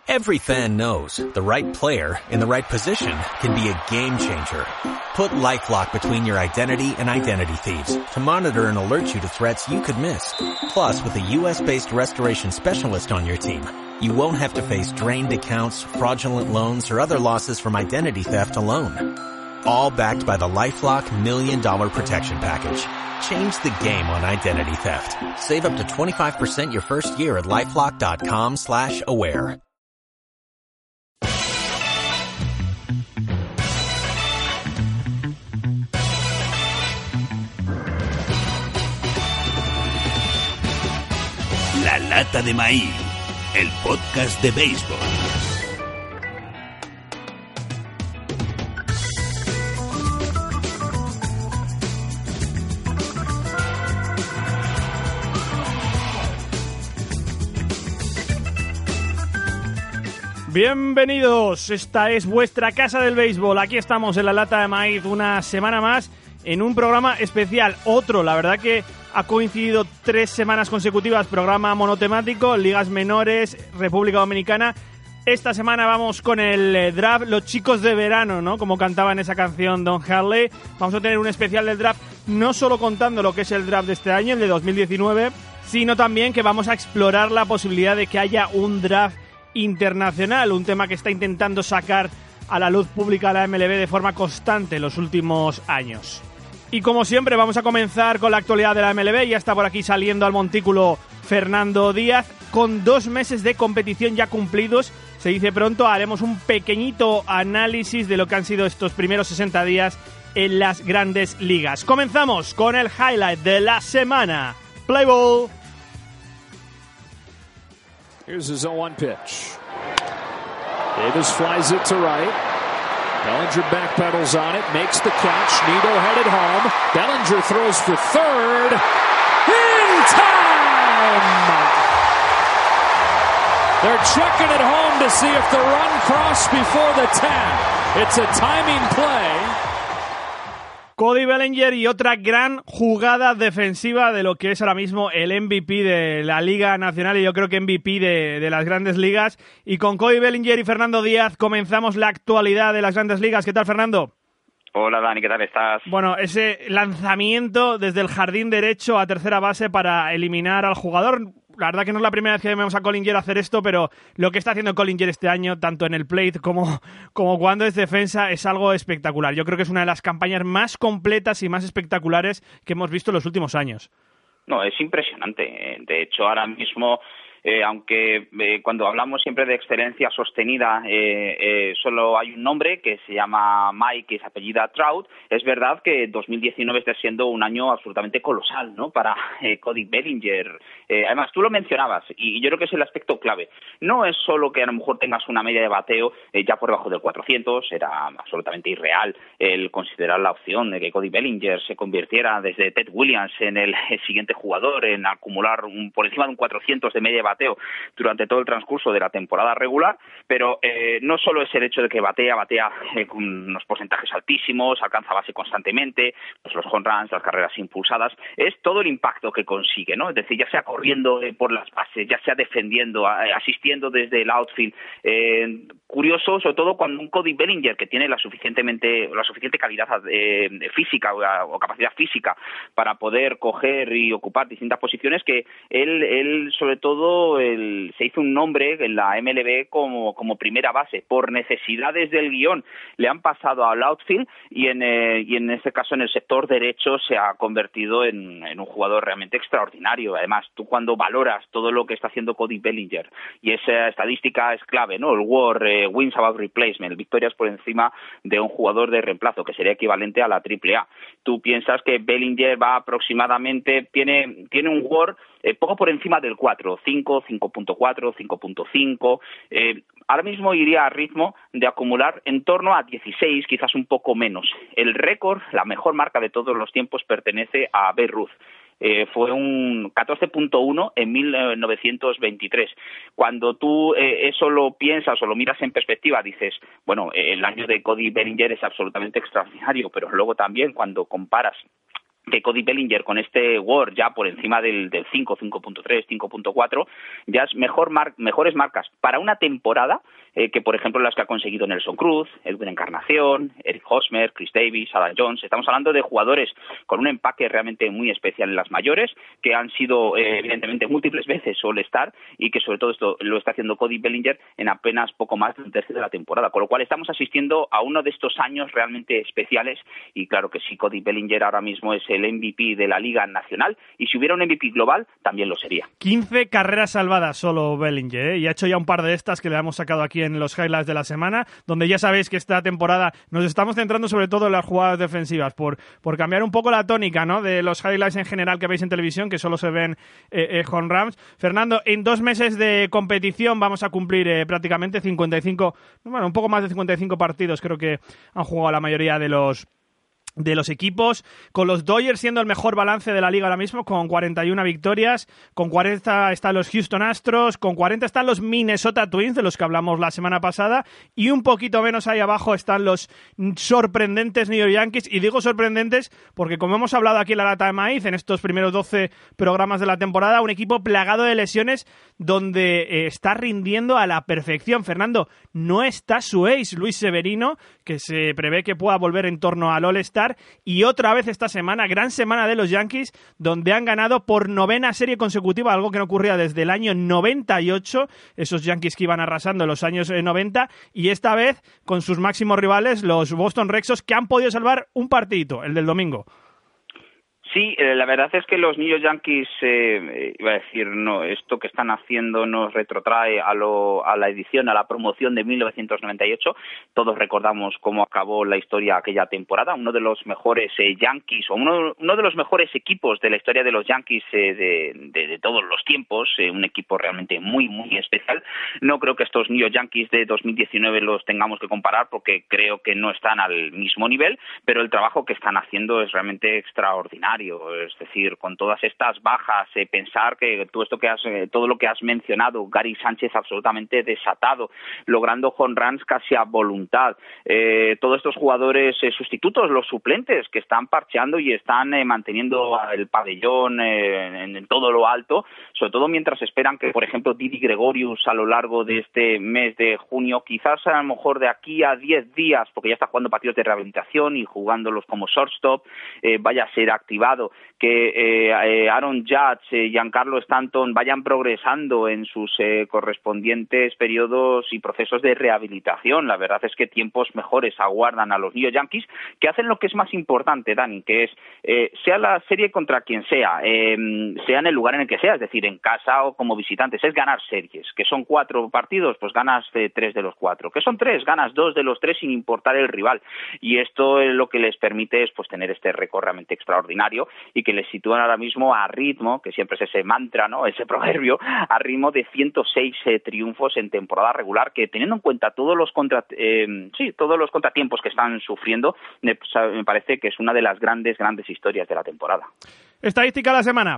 Every fan knows the right player in the right position can be a game changer. Put LifeLock between your identity and identity thieves to monitor and alert you to threats you could miss. Plus, with a U.S.-based restoration specialist on your team, you won't have to face drained accounts, fraudulent loans, or other losses from identity theft alone. All backed by the LifeLock $1 Million Protection Package. Change the game on identity theft. Save up to 25% your first year at LifeLock.com/aware. La Lata de Maíz, el podcast de béisbol. Bienvenidos, esta es vuestra casa del béisbol. Aquí estamos en La Lata de Maíz una semana más en un programa especial. Otro, la verdad que ha coincidido 3 semanas consecutivas, programa monotemático, ligas menores, República Dominicana. Esta semana vamos con el draft, los chicos de verano, ¿no? Como cantaba en esa canción Don Harley. Vamos a tener un especial del draft, no solo contando lo que es el draft de este año, el de 2019, sino también que vamos a explorar la posibilidad de que haya un draft internacional, un tema que está intentando sacar a la luz pública la MLB de forma constante en los últimos años. Y como siempre vamos a comenzar con la actualidad de la MLB. Ya está por aquí saliendo al montículo Fernando Díaz. Con 2 meses de competición ya cumplidos, se dice pronto, haremos un pequeñito análisis de lo que han sido estos primeros 60 días en las grandes ligas. Comenzamos con el highlight de la semana. Play ball. Here's his 0-1 pitch. Davis flies it to right. Bellinger backpedals on it, makes the catch. Nido headed home. Bellinger throws for third. In time! They're checking it home to see if the run crossed before the tag. It's a timing play. Cody Bellinger y otra gran jugada defensiva de lo que es ahora mismo el MVP de la Liga Nacional y yo creo que MVP de las grandes ligas. Y con Cody Bellinger y Fernando Díaz comenzamos la actualidad de las grandes ligas. ¿Qué tal, Fernando? Hola, Dani, ¿qué tal estás? Bueno, ese lanzamiento desde el jardín derecho a tercera base para eliminar al jugador. La verdad que no es la primera vez que vemos a Collinger hacer esto, pero lo que está haciendo Collinger este año, tanto en el plate como cuando es defensa, es algo espectacular. Yo creo que es una de las campañas más completas y más espectaculares que hemos visto en los últimos años. No, es impresionante. De hecho, ahora mismo, aunque cuando hablamos siempre de excelencia sostenida, solo hay un nombre que se llama Mike, que es apellida Trout. Es verdad que 2019 está siendo un año absolutamente colosal, ¿no? Para Cody Bellinger. Además, tú lo mencionabas, y yo creo que es el aspecto clave. No es solo que a lo mejor tengas una media de bateo ya por debajo del 400, era absolutamente irreal el considerar la opción de que Cody Bellinger se convirtiera desde Ted Williams en el siguiente jugador en acumular por encima de un 400 de media de bateo durante todo el transcurso de la temporada regular, pero no solo es el hecho de que batea con unos porcentajes altísimos, alcanza base constantemente, pues los home runs, las carreras impulsadas, es todo el impacto que consigue, ¿no? Es decir, ya sea corriendo por las bases, ya sea defendiendo, asistiendo desde el outfield. Curioso, sobre todo cuando un Cody Bellinger que tiene la suficiente calidad física o capacidad física para poder coger y ocupar distintas posiciones, que él sobre todo se hizo un nombre en la MLB como primera base. Por necesidades del guión le han pasado al outfield y en este caso en el sector derecho se ha convertido en un jugador realmente extraordinario. Además, tú cuando valoras todo lo que está haciendo Cody Bellinger, y esa estadística es clave, ¿no? El WAR, wins above replacement, victorias por encima de un jugador de reemplazo, que sería equivalente a la AAA. Tú piensas que Bellinger va aproximadamente, tiene un WAR poco por encima del 4, 5.4, 5.5. Ahora mismo iría a ritmo de acumular en torno a 16, quizás un poco menos. El récord, la mejor marca de todos los tiempos, pertenece a Babe Ruth. Fue un 14.1 en 1923. Cuando tú eso lo piensas o lo miras en perspectiva, dices, bueno, el año de Cody Bellinger es absolutamente extraordinario, pero luego también cuando comparas que Cody Bellinger con este WAR ya por encima del 5, 5.3, 5.4, ya es mejores marcas para una temporada que, por ejemplo, las que ha conseguido Nelson Cruz, Edwin Encarnación, Eric Hosmer, Chris Davis, Adam Jones. Estamos hablando de jugadores con un empaque realmente muy especial en las mayores, que han sido, evidentemente, múltiples veces All-Star y que, sobre todo, esto lo está haciendo Cody Bellinger en apenas poco más de un tercio de la temporada. Con lo cual, estamos asistiendo a uno de estos años realmente especiales y, claro que sí, Cody Bellinger ahora mismo es el MVP de la Liga Nacional y si hubiera un MVP global, también lo sería. 15 carreras salvadas solo Bellinger, y ha hecho ya un par de estas que le hemos sacado aquí en los highlights de la semana, donde ya sabéis que esta temporada nos estamos centrando sobre todo en las jugadas defensivas, por cambiar un poco la tónica, ¿no?, de los highlights en general que veis en televisión, que solo se ven home runs. Fernando, en 2 meses de competición vamos a cumplir prácticamente 55, bueno, un poco más de 55 partidos, creo que han jugado la mayoría de los equipos, con los Dodgers siendo el mejor balance de la liga ahora mismo, con 41 victorias, con 40 están los Houston Astros, con 40 están los Minnesota Twins, de los que hablamos la semana pasada, y un poquito menos ahí abajo están los sorprendentes New York Yankees, y digo sorprendentes porque, como hemos hablado aquí en la lata de maíz, en estos primeros 12 programas de la temporada, un equipo plagado de lesiones donde está rindiendo a la perfección. Fernando, no está su ace, Luis Severino, que se prevé que pueda volver en torno al All-Star, y otra vez esta semana, gran semana de los Yankees, donde han ganado por 9ª serie consecutiva, algo que no ocurría desde el año 98, esos Yankees que iban arrasando en los años 90, y esta vez con sus máximos rivales, los Boston Red Sox, que han podido salvar un partidito, el del domingo. Sí, la verdad es que los New York Yankees, iba a decir, no, esto que están haciendo nos retrotrae a la edición, a la promoción de 1998. Todos recordamos cómo acabó la historia aquella temporada. Uno de los mejores Yankees, o uno de los mejores equipos de la historia de los Yankees de todos los tiempos, un equipo realmente muy, muy especial. No creo que estos New York Yankees de 2019 los tengamos que comparar porque creo que no están al mismo nivel, pero el trabajo que están haciendo es realmente extraordinario. Es decir, con todas estas bajas, pensar que todo lo que has mencionado, Gary Sánchez absolutamente desatado, logrando home runs casi a voluntad, todos estos jugadores sustitutos, los suplentes, que están parcheando y están manteniendo el pabellón en todo lo alto, sobre todo mientras esperan que, por ejemplo, Didi Gregorius a lo largo de este mes de junio, quizás a lo mejor de aquí a 10 días, porque ya está jugando partidos de rehabilitación y jugándolos como shortstop, vaya a ser activado, que Aaron Judge, Giancarlo Stanton vayan progresando en sus correspondientes periodos y procesos de rehabilitación. La verdad es que tiempos mejores aguardan a los New York Yankees, que hacen lo que es más importante, Dani, que es, sea la serie contra quien sea en el lugar en el que sea, es decir, en casa o como visitantes, es ganar series. Que son 4 partidos, pues ganas 3 de los 4. Que son 3, ganas 2 de los 3 sin importar el rival. Y esto es lo que les permite es pues tener este récord realmente extraordinario y que les sitúan ahora mismo a ritmo, que siempre es ese mantra, ¿no?, ese proverbio, a ritmo de 106 triunfos en temporada regular, que teniendo en cuenta todos los contratiempos que están sufriendo, me parece que es una de las grandes historias de la temporada. Estadística de la semana.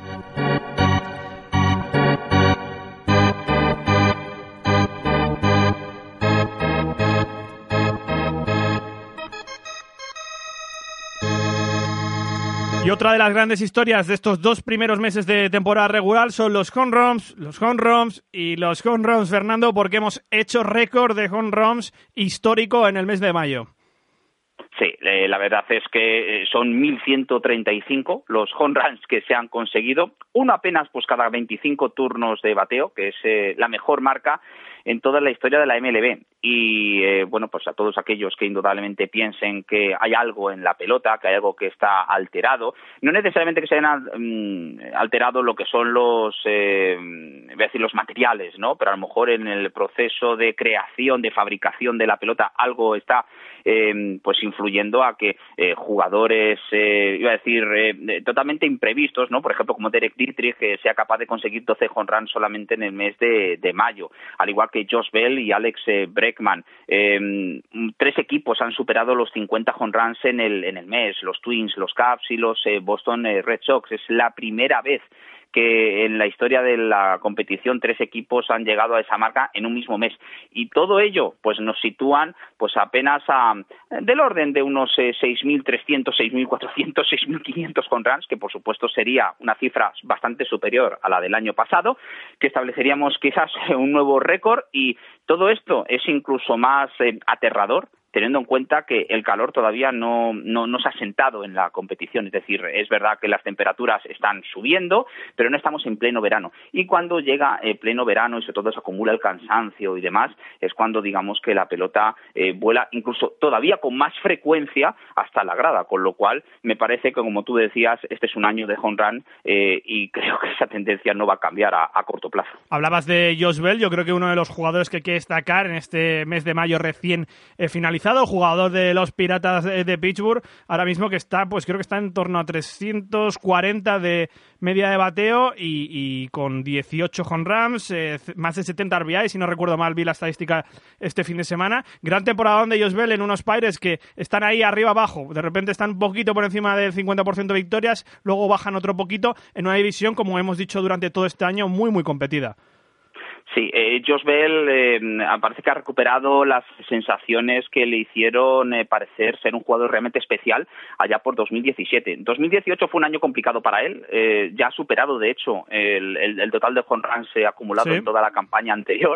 Y otra de las grandes historias de estos 2 primeros meses de temporada regular son los home runs, Fernando, porque hemos hecho récord de home runs histórico en el mes de mayo. Sí, la verdad es que son 1.135 los home runs que se han conseguido, uno apenas pues cada 25 turnos de bateo, que es la mejor marca en toda la historia de la MLB. Y bueno, pues a todos aquellos que indudablemente piensen que hay algo en la pelota, que hay algo que está alterado, no necesariamente que se hayan alterado lo que son los materiales, ¿no? Pero a lo mejor en el proceso de creación, de fabricación de la pelota, algo está pues influyendo a que jugadores, totalmente imprevistos, ¿no? Por ejemplo, como Derek Dietrich, sea capaz de conseguir 12 home runs solamente en el mes de mayo, al igual que Josh Bell y Alex Bregman. 3 equipos han superado los 50 home runs en el mes, los Twins, los Cubs y los Boston Red Sox. Es la primera vez que en la historia de la competición 3 equipos han llegado a esa marca en un mismo mes. Y todo ello pues nos sitúan pues apenas del orden de unos 6.300, 6.400, 6.500 home runs, que por supuesto sería una cifra bastante superior a la del año pasado, que estableceríamos quizás un nuevo récord, y todo esto es incluso más aterrador teniendo en cuenta que el calor todavía no se ha sentado en la competición. Es decir, es verdad que las temperaturas están subiendo, pero no estamos en pleno verano. Y cuando llega pleno verano y sobre todo se acumula el cansancio y demás, es cuando digamos que la pelota vuela incluso todavía con más frecuencia hasta la grada, con lo cual me parece que, como tú decías, este es un año de home run y creo que esa tendencia no va a cambiar a corto plazo. Hablabas de Josh Bell, yo creo que uno de los jugadores que hay que destacar en este mes de mayo recién finalizado, jugador de los Piratas de Pittsburgh, ahora mismo que está, pues creo que está en torno a 340 de media de bateo y con 18 home runs, más de 70 RBI, si no recuerdo mal, vi la estadística este fin de semana. Gran temporada de Josh Bell en unos Pirates que están ahí arriba abajo, de repente están un poquito por encima del 50% de victorias, luego bajan otro poquito en una división, como hemos dicho durante todo este año, muy muy competida. Sí, Josh Bell parece que ha recuperado las sensaciones que le hicieron parecer ser un jugador realmente especial allá por 2017. 2018 fue un año complicado para él, ya ha superado de hecho el total de home runs acumulado en toda la campaña anterior.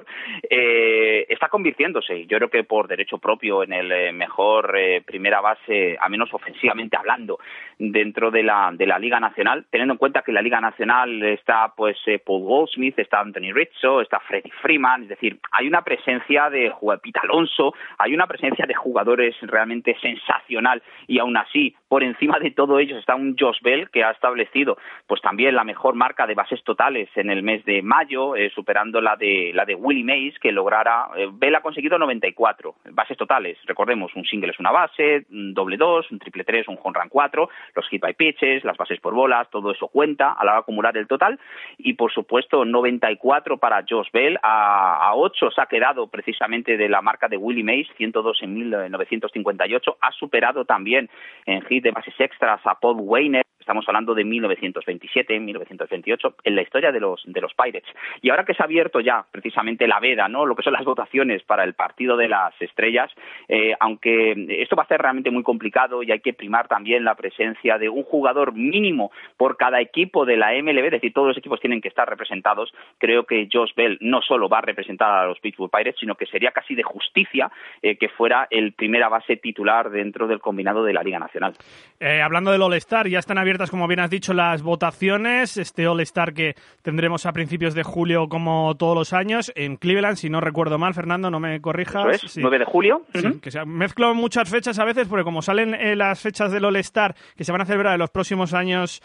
Está convirtiéndose, yo creo que por derecho propio, en el mejor primera base, a menos ofensivamente hablando, dentro de la Liga Nacional, teniendo en cuenta que en la Liga Nacional está pues Paul Goldschmidt, está Anthony Rizzo, está Freddie Freeman, es decir, hay una presencia de Pete Alonso, hay una presencia de jugadores realmente sensacional, y aún así, por encima de todo ellos está un Josh Bell que ha establecido pues también la mejor marca de bases totales en el mes de mayo, superando la de Willie Mays, que lograra, Bell ha conseguido 94 bases totales, recordemos, un single es una base, un doble 2, un triple 3, un home run 4, los hit by pitches, las bases por bolas, todo eso cuenta a la hora de acumular el total, y por supuesto 94 para Josh Bell, a 8 se ha quedado precisamente de la marca de Willie Mays, 102 en 1958, ha superado también en hit de bases extras a Paul Wainer, estamos hablando de 1927, 1928, en la historia de los Pirates. Y ahora que se ha abierto ya precisamente la veda, ¿no?, lo que son las votaciones para el partido de las estrellas, aunque esto va a ser realmente muy complicado y hay que primar también la presencia de un jugador mínimo por cada equipo de la MLB, es decir, todos los equipos tienen que estar representados, creo que Josh Bell no solo va a representar a los Pittsburgh Pirates, sino que sería casi de justicia que fuera el primera base titular dentro del combinado de la Liga Nacional. Hablando del All-Star, ya están abiertas, como bien has dicho, las votaciones. Este All-Star que tendremos a principios de julio, como todos los años, en Cleveland, si no recuerdo mal, Fernando, no me corrijas. Eso es, sí. 9 de julio. Sí, que mezclo muchas fechas a veces, porque como salen las fechas del All-Star que se van a celebrar en los próximos años,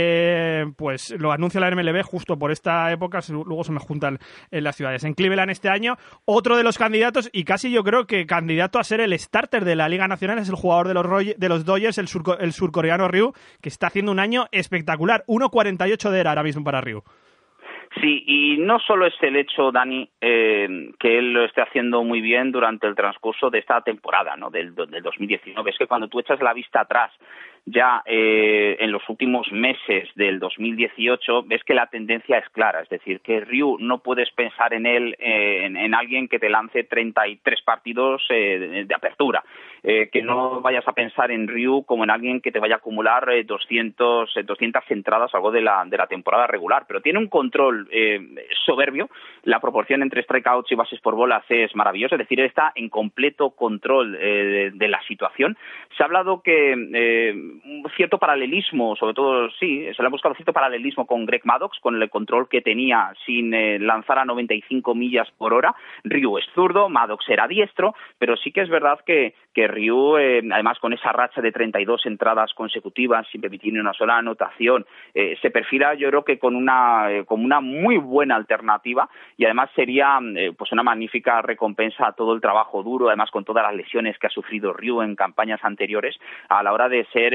pues lo anuncia la MLB justo por esta época, luego se me juntan en las ciudades. En Cleveland este año, otro de los candidatos, y casi yo creo que candidato a ser el starter de la Liga Nacional, es el jugador de los Dodgers, el surcoreano Ryu, que está haciendo un año espectacular. 1.48 de era ahora mismo para Ryu. Sí, y no solo es el hecho, Dani, que él lo esté haciendo muy bien durante el transcurso de esta temporada, ¿no?, del 2019. Es que cuando tú echas la vista atrás, ya en los últimos meses del 2018, ves que la tendencia es clara. Es decir, que Ryu no puedes pensar en él, en alguien que te lance 33 partidos de apertura. Que no vayas a pensar en Ryu como en alguien que te vaya a acumular 200 entradas, algo de la temporada regular. Pero tiene un control soberbio. La proporción entre strikeouts y bases por bolas es maravillosa. Es decir, él está en completo control de la situación. Se ha hablado que cierto paralelismo, sobre todo, sí, se le ha buscado cierto paralelismo con Greg Maddux, con el control que tenía sin lanzar a 95 millas por hora. Ryu es zurdo, Maddux era diestro, pero sí que es verdad que Ryu, además con esa racha de 32 entradas consecutivas sin permitir ni una sola anotación, se perfila, yo creo que como una muy buena alternativa, y además sería pues una magnífica recompensa a todo el trabajo duro, además con todas las lesiones que ha sufrido Ryu en campañas anteriores, a la hora de ser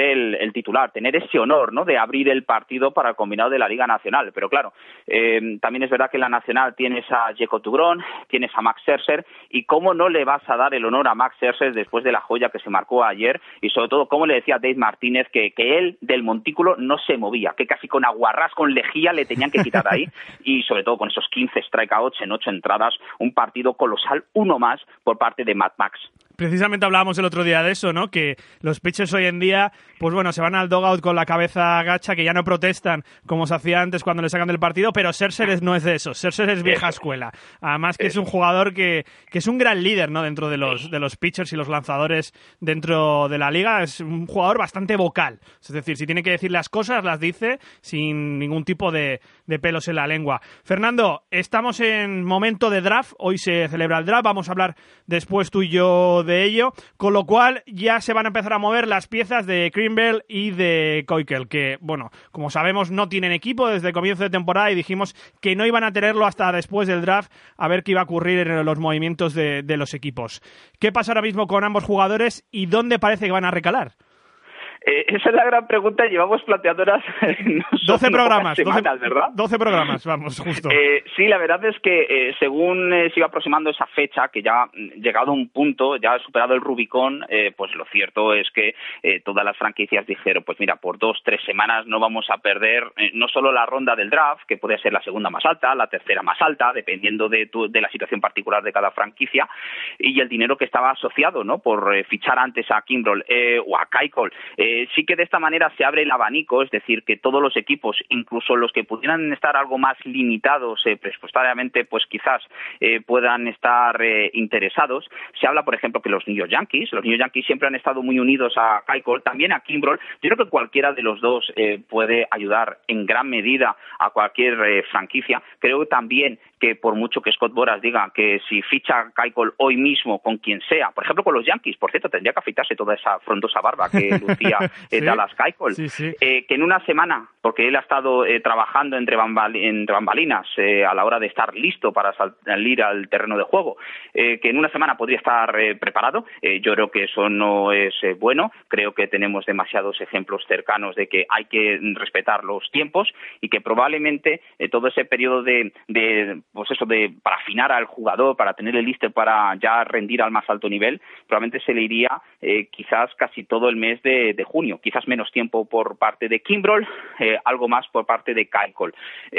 el titular, tener ese honor, ¿no?, de abrir el partido para el combinado de la Liga Nacional. Pero claro, también es verdad que en la Nacional tienes a Jacob deGrom, tienes a Max Scherzer, y cómo no le vas a dar el honor a Max Scherzer después de la joya que se marcó ayer, y sobre todo cómo le decía Dave Martínez que él del montículo no se movía, que casi con aguarrás, con lejía le tenían que quitar ahí, y sobre todo con esos 15 strikeouts en 8 entradas, un partido colosal, uno más por parte de Mad Max. Precisamente hablábamos el otro día de eso, ¿no? Que los pitchers hoy en día, pues bueno, se van al dugout con la cabeza agacha, que ya no protestan como se hacía antes cuando le sacan del partido, pero Scherzer no es de eso. Scherzer es vieja escuela. Además que es un jugador que es un gran líder, ¿no?, dentro de los pitchers y los lanzadores dentro de la liga. Es un jugador bastante vocal. Es decir, si tiene que decir las cosas, las dice sin ningún tipo de pelos en la lengua. Fernando, estamos en momento de draft. Hoy se celebra el draft. Vamos a hablar después tú y yo de ello, con lo cual ya se van a empezar a mover las piezas de Kimbrel y de Keuchel, que, bueno, como sabemos no tienen equipo desde el comienzo de temporada y dijimos que no iban a tenerlo hasta después del draft, a ver qué iba a ocurrir en los movimientos de los equipos. ¿Qué pasa ahora mismo con ambos jugadores y dónde parece que van a recalar? Esa es la gran pregunta. Llevamos planteándolas 12 programas, semanas, ¿verdad? 12 programas, vamos, justo. Sí, la verdad es que según se iba aproximando esa fecha, que ya llegado a un punto, ya ha superado el Rubicón, pues lo cierto es que todas las franquicias dijeron, pues mira, por 2-3 semanas no vamos a perder no solo la ronda del draft, que puede ser la segunda más alta, la tercera más alta, dependiendo de la situación particular de cada franquicia, y el dinero que estaba asociado, ¿no?, por fichar antes a Kimbrel o a Keuchel. Sí que de esta manera se abre el abanico, es decir, que todos los equipos, incluso los que pudieran estar algo más limitados presupuestariamente, pues quizás puedan estar interesados. Se habla, por ejemplo, que los New York Yankees siempre han estado muy unidos a Keuchel, también a Kimbrel. Yo creo que cualquiera de los dos puede ayudar en gran medida a cualquier franquicia. Creo también que por mucho que Scott Boras diga que si ficha Keuchel hoy mismo con quien sea, por ejemplo con los Yankees, por cierto, tendría que afeitarse toda esa frondosa barba que lucía ¿Sí? Dallas Keuchel, sí. Que en una semana, porque él ha estado trabajando entre bambalinas a la hora de estar listo para salir al terreno de juego, que en una semana podría estar preparado. Yo creo que eso no es bueno. Creo que tenemos demasiados ejemplos cercanos de que hay que respetar los tiempos y que probablemente todo ese periodo para afinar al jugador, para tenerle listo para ya rendir al más alto nivel, probablemente se le iría quizás casi todo el mes de junio, quizás menos tiempo por parte de Kimbrel, algo más por parte de Keuchel.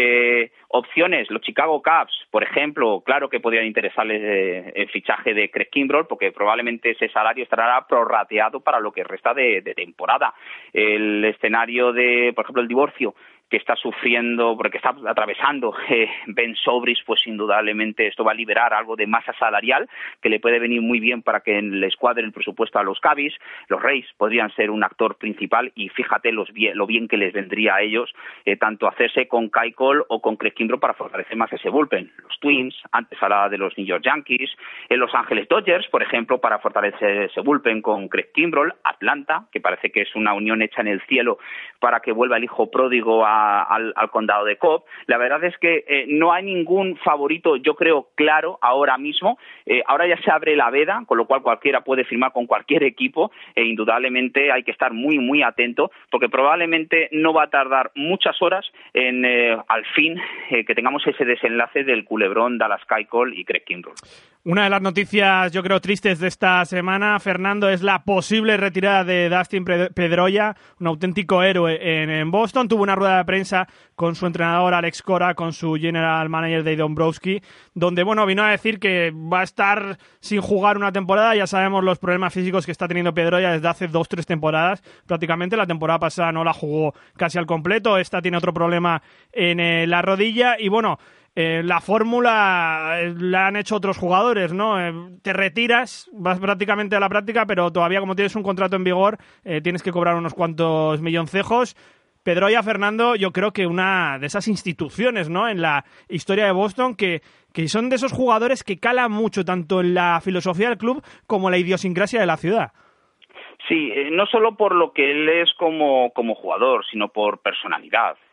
Opciones, los Chicago Cubs, por ejemplo, claro que podrían interesarles el fichaje de Craig Kimbrel, porque probablemente ese salario estará prorrateado para lo que resta de temporada. El escenario de, por ejemplo, el divorcio que está sufriendo, porque está atravesando Ben Zobrist, pues indudablemente esto va a liberar algo de masa salarial que le puede venir muy bien para que le escuadre el presupuesto a los Cubs. Los Rays podrían ser un actor principal y fíjate lo bien que les vendría a ellos tanto hacerse con Keuchel o con Craig Kimbrel para fortalecer más ese bullpen. Los Twins, antes hablaba de los New York Yankees, Los Ángeles Dodgers, por ejemplo, para fortalecer ese bullpen con Craig Kimbrel, Atlanta, que parece que es una unión hecha en el cielo para que vuelva el hijo pródigo al condado de Cobb. La verdad es que no hay ningún favorito, yo creo, claro ahora mismo. Ahora ya se abre la veda, con lo cual cualquiera puede firmar con cualquier equipo e indudablemente hay que estar muy, muy atento porque probablemente no va a tardar muchas horas en, al fin, que tengamos ese desenlace del culebrón Dallas Keuchel y Craig Kimbrel. Una de las noticias, yo creo, tristes de esta semana, Fernando, es la posible retirada de Dustin Pedroia, un auténtico héroe en Boston. Tuvo una rueda de prensa con su entrenador Alex Cora, con su general manager Dave Dombrowski, donde, bueno, vino a decir que va a estar sin jugar una temporada. Ya sabemos los problemas físicos que está teniendo Pedroia desde hace 2-3 temporadas. Prácticamente la temporada pasada no la jugó casi al completo. Esta tiene otro problema en la rodilla y, bueno, la fórmula la han hecho otros jugadores, ¿no? Te retiras, vas prácticamente a la práctica, pero todavía como tienes un contrato en vigor, tienes que cobrar unos cuantos milloncejos. Pedroia, Fernando, yo creo que una de esas instituciones, ¿no?, en la historia de Boston que son de esos jugadores que calan mucho tanto en la filosofía del club como en la idiosincrasia de la ciudad. Sí, no solo por lo que él es como jugador, sino por personalidad.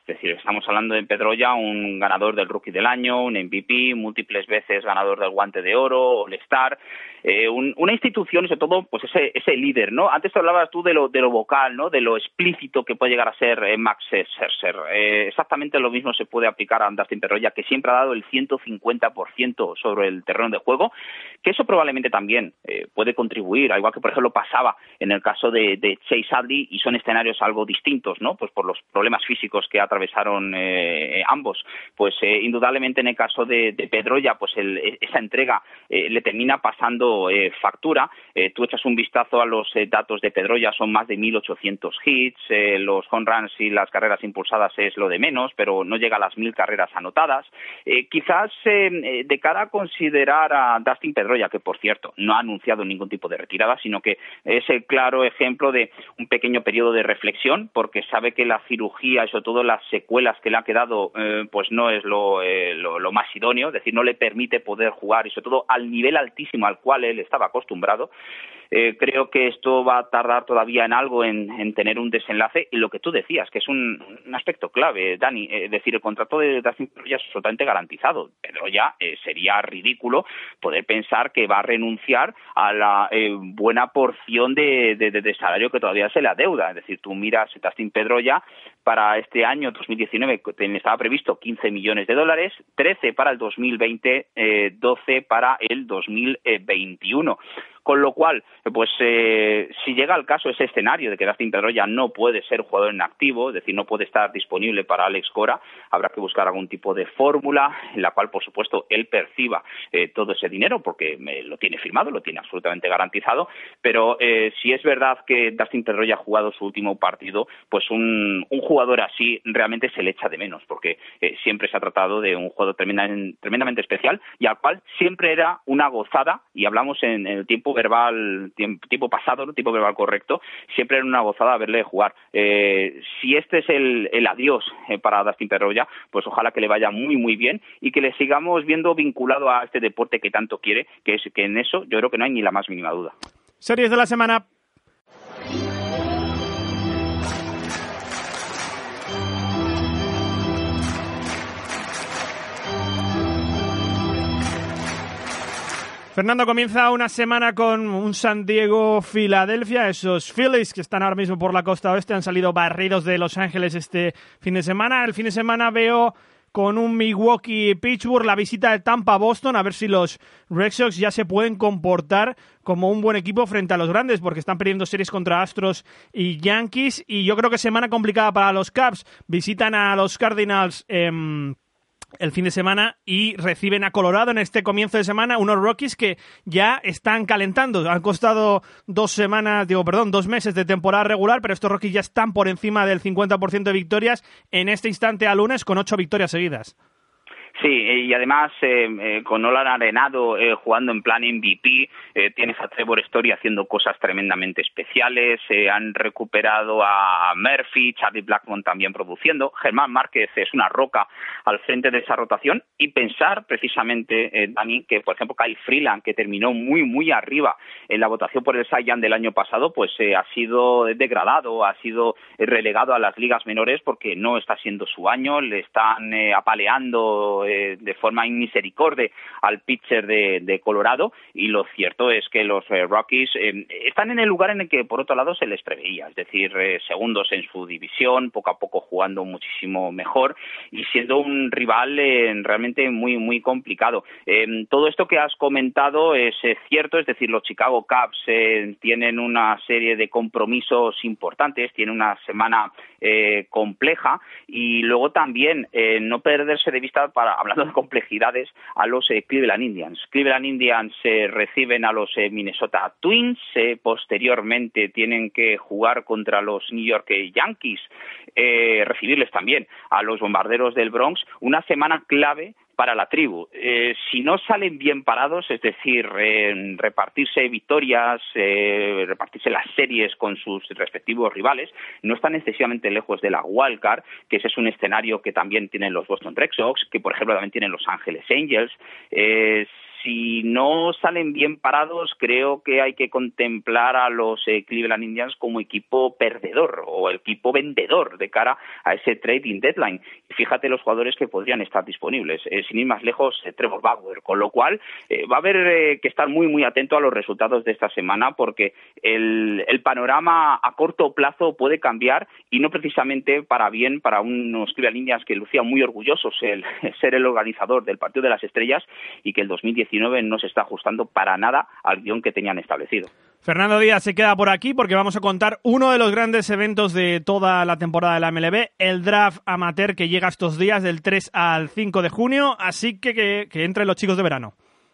Es decir, estamos hablando de Pedroia, un ganador del Rookie del Año, un MVP, múltiples veces ganador del Guante de Oro, All-Star, una institución y sobre todo pues ese líder, ¿no? Antes hablabas tú de lo vocal, ¿no? De lo explícito que puede llegar a ser Max Scherzer. Exactamente lo mismo se puede aplicar a Dustin Pedroia, que siempre ha dado el 150% sobre el terreno de juego, que eso probablemente también puede contribuir, al igual que por ejemplo pasaba en el caso de Chase Utley, y son escenarios algo distintos, ¿no? Pues por los problemas físicos que atravesaron ambos. Pues indudablemente en el caso de Pedroia, pues esa entrega le termina pasando factura. Tú echas un vistazo a los datos de Pedroia, son más de 1.800 hits, los home runs y las carreras impulsadas es lo de menos, pero no llega a las 1.000 carreras anotadas. Quizás de cara a considerar a Dustin Pedroia, que por cierto no ha anunciado ningún tipo de retirada, sino que es el claro ejemplo de un pequeño periodo de reflexión, porque sabe que la cirugía y sobre todo las secuelas que le han quedado pues no es lo más idóneo, es decir, no le permite poder jugar y sobre todo al nivel altísimo al cual él estaba acostumbrado. Creo que esto va a tardar todavía en algo en tener un desenlace, y lo que tú decías, que es un aspecto clave, Dani, es decir, el contrato de Dustin Pedroia es absolutamente garantizado, pero ya sería ridículo poder pensar que va a renunciar a la buena porción de salario que todavía se le adeuda. Es decir, tú miras Dustin Pedroia, para este año 2019 estaba previsto $15 millones, 13 para el 2020, 12 para el 2021. Con lo cual, pues si llega al caso ese escenario de que Dustin Pedroia no puede ser jugador en activo, es decir, no puede estar disponible para Alex Cora, habrá que buscar algún tipo de fórmula en la cual, por supuesto, él perciba todo ese dinero, porque lo tiene firmado, lo tiene absolutamente garantizado, pero si es verdad que Dustin Pedroia ha jugado su último partido, pues un jugador así realmente se le echa de menos, porque siempre se ha tratado de un jugador tremendamente especial y al cual siempre era una gozada, y hablamos en el tiempo verbal, tiempo pasado, ¿no? Tiempo verbal correcto, siempre era una gozada verle jugar. Si este es el adiós para Dustin Pedroia, pues ojalá que le vaya muy muy bien y que le sigamos viendo vinculado a este deporte que tanto quiere, que en eso yo creo que no hay ni la más mínima duda. Series de la semana. Fernando, comienza una semana con un San Diego-Filadelfia. Esos Phillies que están ahora mismo por la costa oeste han salido barridos de Los Ángeles este fin de semana. El fin de semana veo con un Milwaukee-Pittsburgh la visita de Tampa-Boston, a ver si los Red Sox ya se pueden comportar como un buen equipo frente a los grandes, porque están perdiendo series contra Astros y Yankees. Y yo creo que semana complicada para los Cubs. Visitan a los Cardinals el fin de semana y reciben a Colorado en este comienzo de semana, unos Rockies que ya están calentando. Han costado 2 meses de temporada regular, pero estos Rockies ya están por encima del 50% de victorias en este instante a lunes, con 8 victorias seguidas. Sí, y además con Nolan Arenado jugando en plan MVP, tienes a Trevor Story haciendo cosas tremendamente especiales, han recuperado a Murphy, Charlie Blackmon también produciendo, Germán Márquez es una roca al frente de esa rotación, y pensar precisamente, Dani, que por ejemplo Kyle Freeland, que terminó muy muy arriba en la votación por el Cy Young del año pasado, pues ha sido degradado, ha sido relegado a las ligas menores porque no está siendo su año, le están apaleando de forma inmisericordia al pitcher de Colorado, y lo cierto es que los Rockies están en el lugar en el que por otro lado se les preveía, es decir, segundos en su división, poco a poco jugando muchísimo mejor y siendo un rival realmente muy muy complicado. Todo esto que has comentado es cierto, es decir, los Chicago Cubs tienen una serie de compromisos importantes, tienen una semana compleja, y luego también no perderse de vista, hablando de complejidades, a los Cleveland Indians. Cleveland Indians reciben a los Minnesota Twins, posteriormente tienen que jugar contra los New York Yankees, recibirles también a los Bombarderos del Bronx, una semana clave para la tribu. Si no salen bien parados, es decir, repartirse victorias, repartirse las series con sus respectivos rivales, no están excesivamente lejos de la wild card, que ese es un escenario que también tienen los Boston Red Sox, que por ejemplo también tienen los Angeles Angels. si no salen bien parados, creo que hay que contemplar a los Cleveland Indians como equipo perdedor o equipo vendedor de cara a ese trading deadline. Fíjate los jugadores que podrían estar disponibles, sin ir más lejos, Trevor Bauer, con lo cual va a haber que estar muy muy atento a los resultados de esta semana, porque el panorama a corto plazo puede cambiar, y no precisamente para bien para unos Cleveland Indians que lucían muy orgullosos el ser el organizador del Partido de las Estrellas, y que el 2019 no se está ajustando para nada al guión que tenían establecido. Fernando Díaz se queda por aquí porque vamos a contar uno de los grandes eventos de toda la temporada de la MLB, el draft amateur, que llega estos días del 3 al 5 de junio, así que entren los chicos de verano.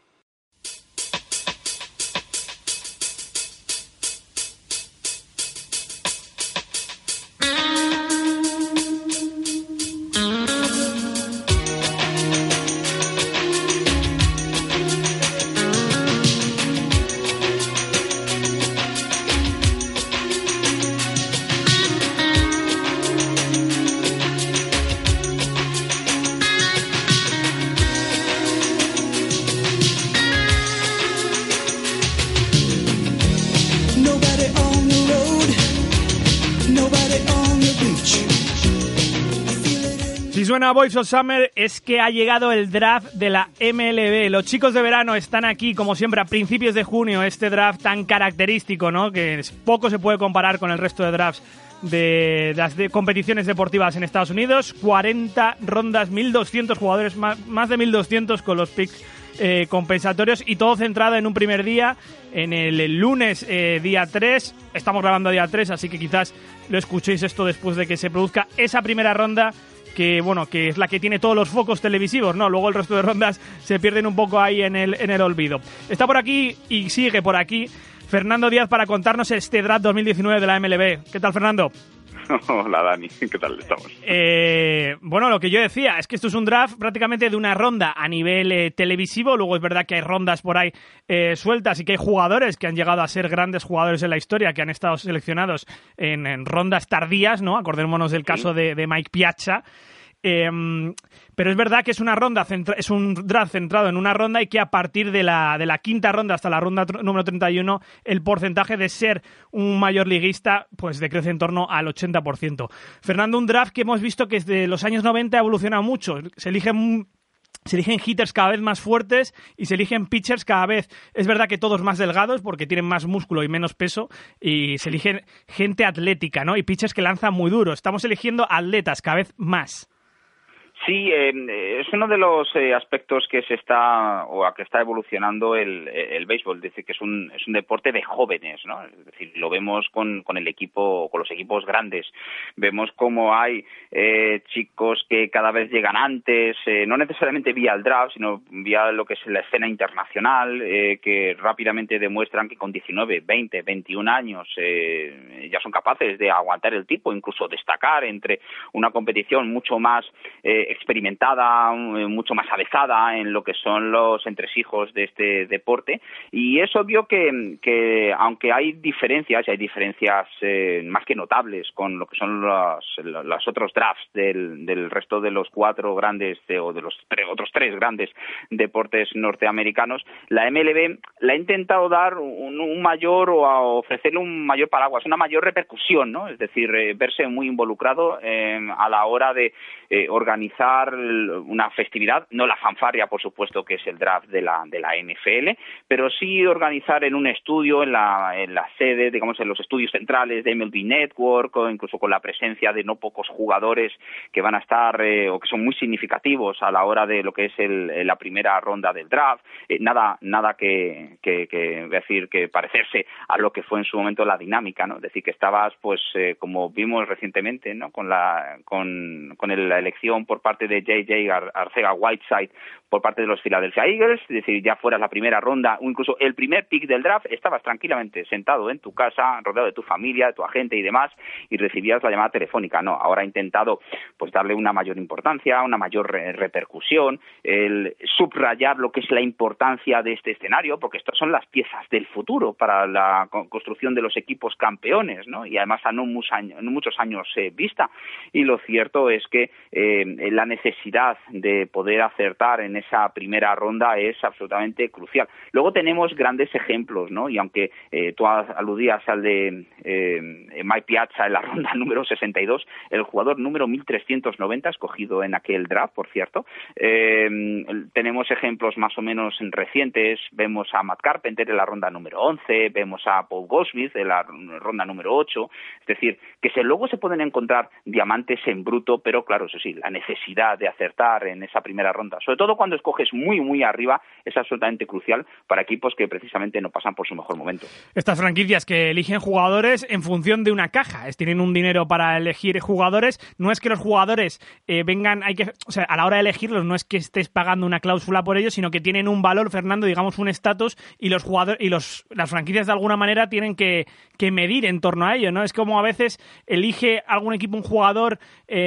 Si suena Boys of Summer, es que ha llegado el draft de la MLB. Los chicos de verano están aquí, como siempre, a principios de junio. Este draft tan característico, ¿no? Que poco se puede comparar con el resto de drafts de las competiciones deportivas en Estados Unidos. 40 rondas, 1.200 jugadores, más de 1.200 con los picks compensatorios, y todo centrado en un primer día, en el lunes día 3. Estamos grabando día 3, así que quizás lo escuchéis esto después de que se produzca esa primera ronda, que es la que tiene todos los focos televisivos, ¿no? Luego el resto de rondas se pierden un poco ahí en el olvido. Está por aquí y sigue por aquí Fernando Díaz para contarnos este draft 2019 de la MLB. ¿Qué tal, Fernando? Hola, Dani, ¿qué tal estamos? Bueno, lo que yo decía es que esto es un draft prácticamente de una ronda a nivel televisivo. Luego es verdad que hay rondas por ahí sueltas, y que hay jugadores que han llegado a ser grandes jugadores en la historia, que han estado seleccionados en rondas tardías, ¿no? Acordémonos del caso de Mike Piazza. Pero es verdad que es una ronda, es un draft centrado en una ronda, y que a partir de la quinta ronda hasta la ronda número 31 el porcentaje de ser un mayor liguista pues decrece en torno al 80%. Fernando, un draft que hemos visto que desde los años 90 ha evolucionado mucho. Se eligen hitters cada vez más fuertes y se eligen pitchers cada vez, es verdad que todos más delgados porque tienen más músculo y menos peso, y se eligen gente atlética, ¿no? Y pitchers que lanzan muy duro. Estamos eligiendo atletas cada vez más. Sí, es uno de los aspectos que que está evolucionando el béisbol. Es decir, que es un deporte de jóvenes, ¿no? Es decir, lo vemos con el equipo, con los equipos grandes. Vemos cómo hay chicos que cada vez llegan antes, no necesariamente vía el draft, sino vía lo que es la escena internacional, que rápidamente demuestran que con 19, 20, 21 años ya son capaces de aguantar el tipo, incluso destacar entre una competición mucho más experimentada, mucho más avezada en lo que son los entresijos de este deporte. Y es obvio que aunque hay diferencias más que notables con lo que son los otros drafts del resto de los cuatro grandes o de los otros tres grandes deportes norteamericanos, la MLB le ha intentado dar un mayor, o a ofrecerle un mayor paraguas, una mayor repercusión, ¿no? Es decir, verse muy involucrado a la hora de organizar una festividad, no la fanfarria, por supuesto, que es el draft de la NFL, pero sí organizar en un estudio, en la sede, digamos, en los estudios centrales de MLB Network, o incluso con la presencia de no pocos jugadores que van a estar o que son muy significativos a la hora de lo que es la primera ronda del draft. Nada que decir que parecerse a lo que fue en su momento la dinámica, ¿no? Es decir, que estabas, pues, como vimos recientemente, ¿no? Con la elección por parte de J.J. Arcega-Whiteside por parte de los Philadelphia Eagles, es decir, ya fueras la primera ronda o incluso el primer pick del draft, estabas tranquilamente sentado en tu casa, rodeado de tu familia, de tu agente y demás, y recibías la llamada telefónica. No, ahora ha intentado pues darle una mayor importancia, una mayor repercusión, el subrayar lo que es la importancia de este escenario, porque estas son las piezas del futuro para la construcción de los equipos campeones, ¿no? Y además a no muchos años vista. Y lo cierto es que la la necesidad de poder acertar en esa primera ronda es absolutamente crucial. Luego tenemos grandes ejemplos, ¿no? Y aunque tú aludías al de Mike Piazza en la ronda número 62, el jugador número 1390 escogido en aquel draft, por cierto, tenemos ejemplos más o menos recientes. Vemos a Matt Carpenter en la ronda número 11, vemos a Paul Goldschmidt en la ronda número 8, es decir, que luego se pueden encontrar diamantes en bruto, pero claro, eso sí, la necesidad de acertar en esa primera ronda, sobre todo cuando escoges muy, muy arriba, es absolutamente crucial para equipos que precisamente no pasan por su mejor momento. Estas franquicias que eligen jugadores en función de una caja, tienen un dinero para elegir jugadores, no es que los jugadores vengan, o sea, a la hora de elegirlos no es que estés pagando una cláusula por ellos, sino que tienen un valor, Fernando, digamos un estatus, y los jugadores y las franquicias de alguna manera tienen que medir en torno a ello, ¿no? Es como a veces elige algún equipo un jugador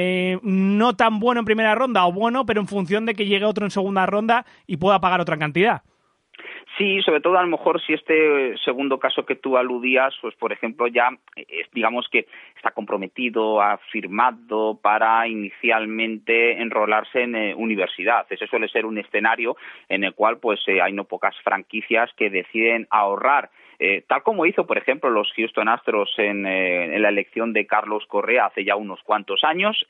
no tan bueno en primera ronda o bueno, pero en función de que llegue otro en segunda ronda y pueda pagar otra cantidad. Sí, sobre todo a lo mejor si este segundo caso que tú aludías, pues por ejemplo ya digamos que está comprometido, ha firmado para inicialmente enrolarse en universidad. Ese suele ser un escenario en el cual pues hay no pocas franquicias que deciden ahorrar, tal como hizo por ejemplo los Houston Astros en la elección de Carlos Correa hace ya unos cuantos años.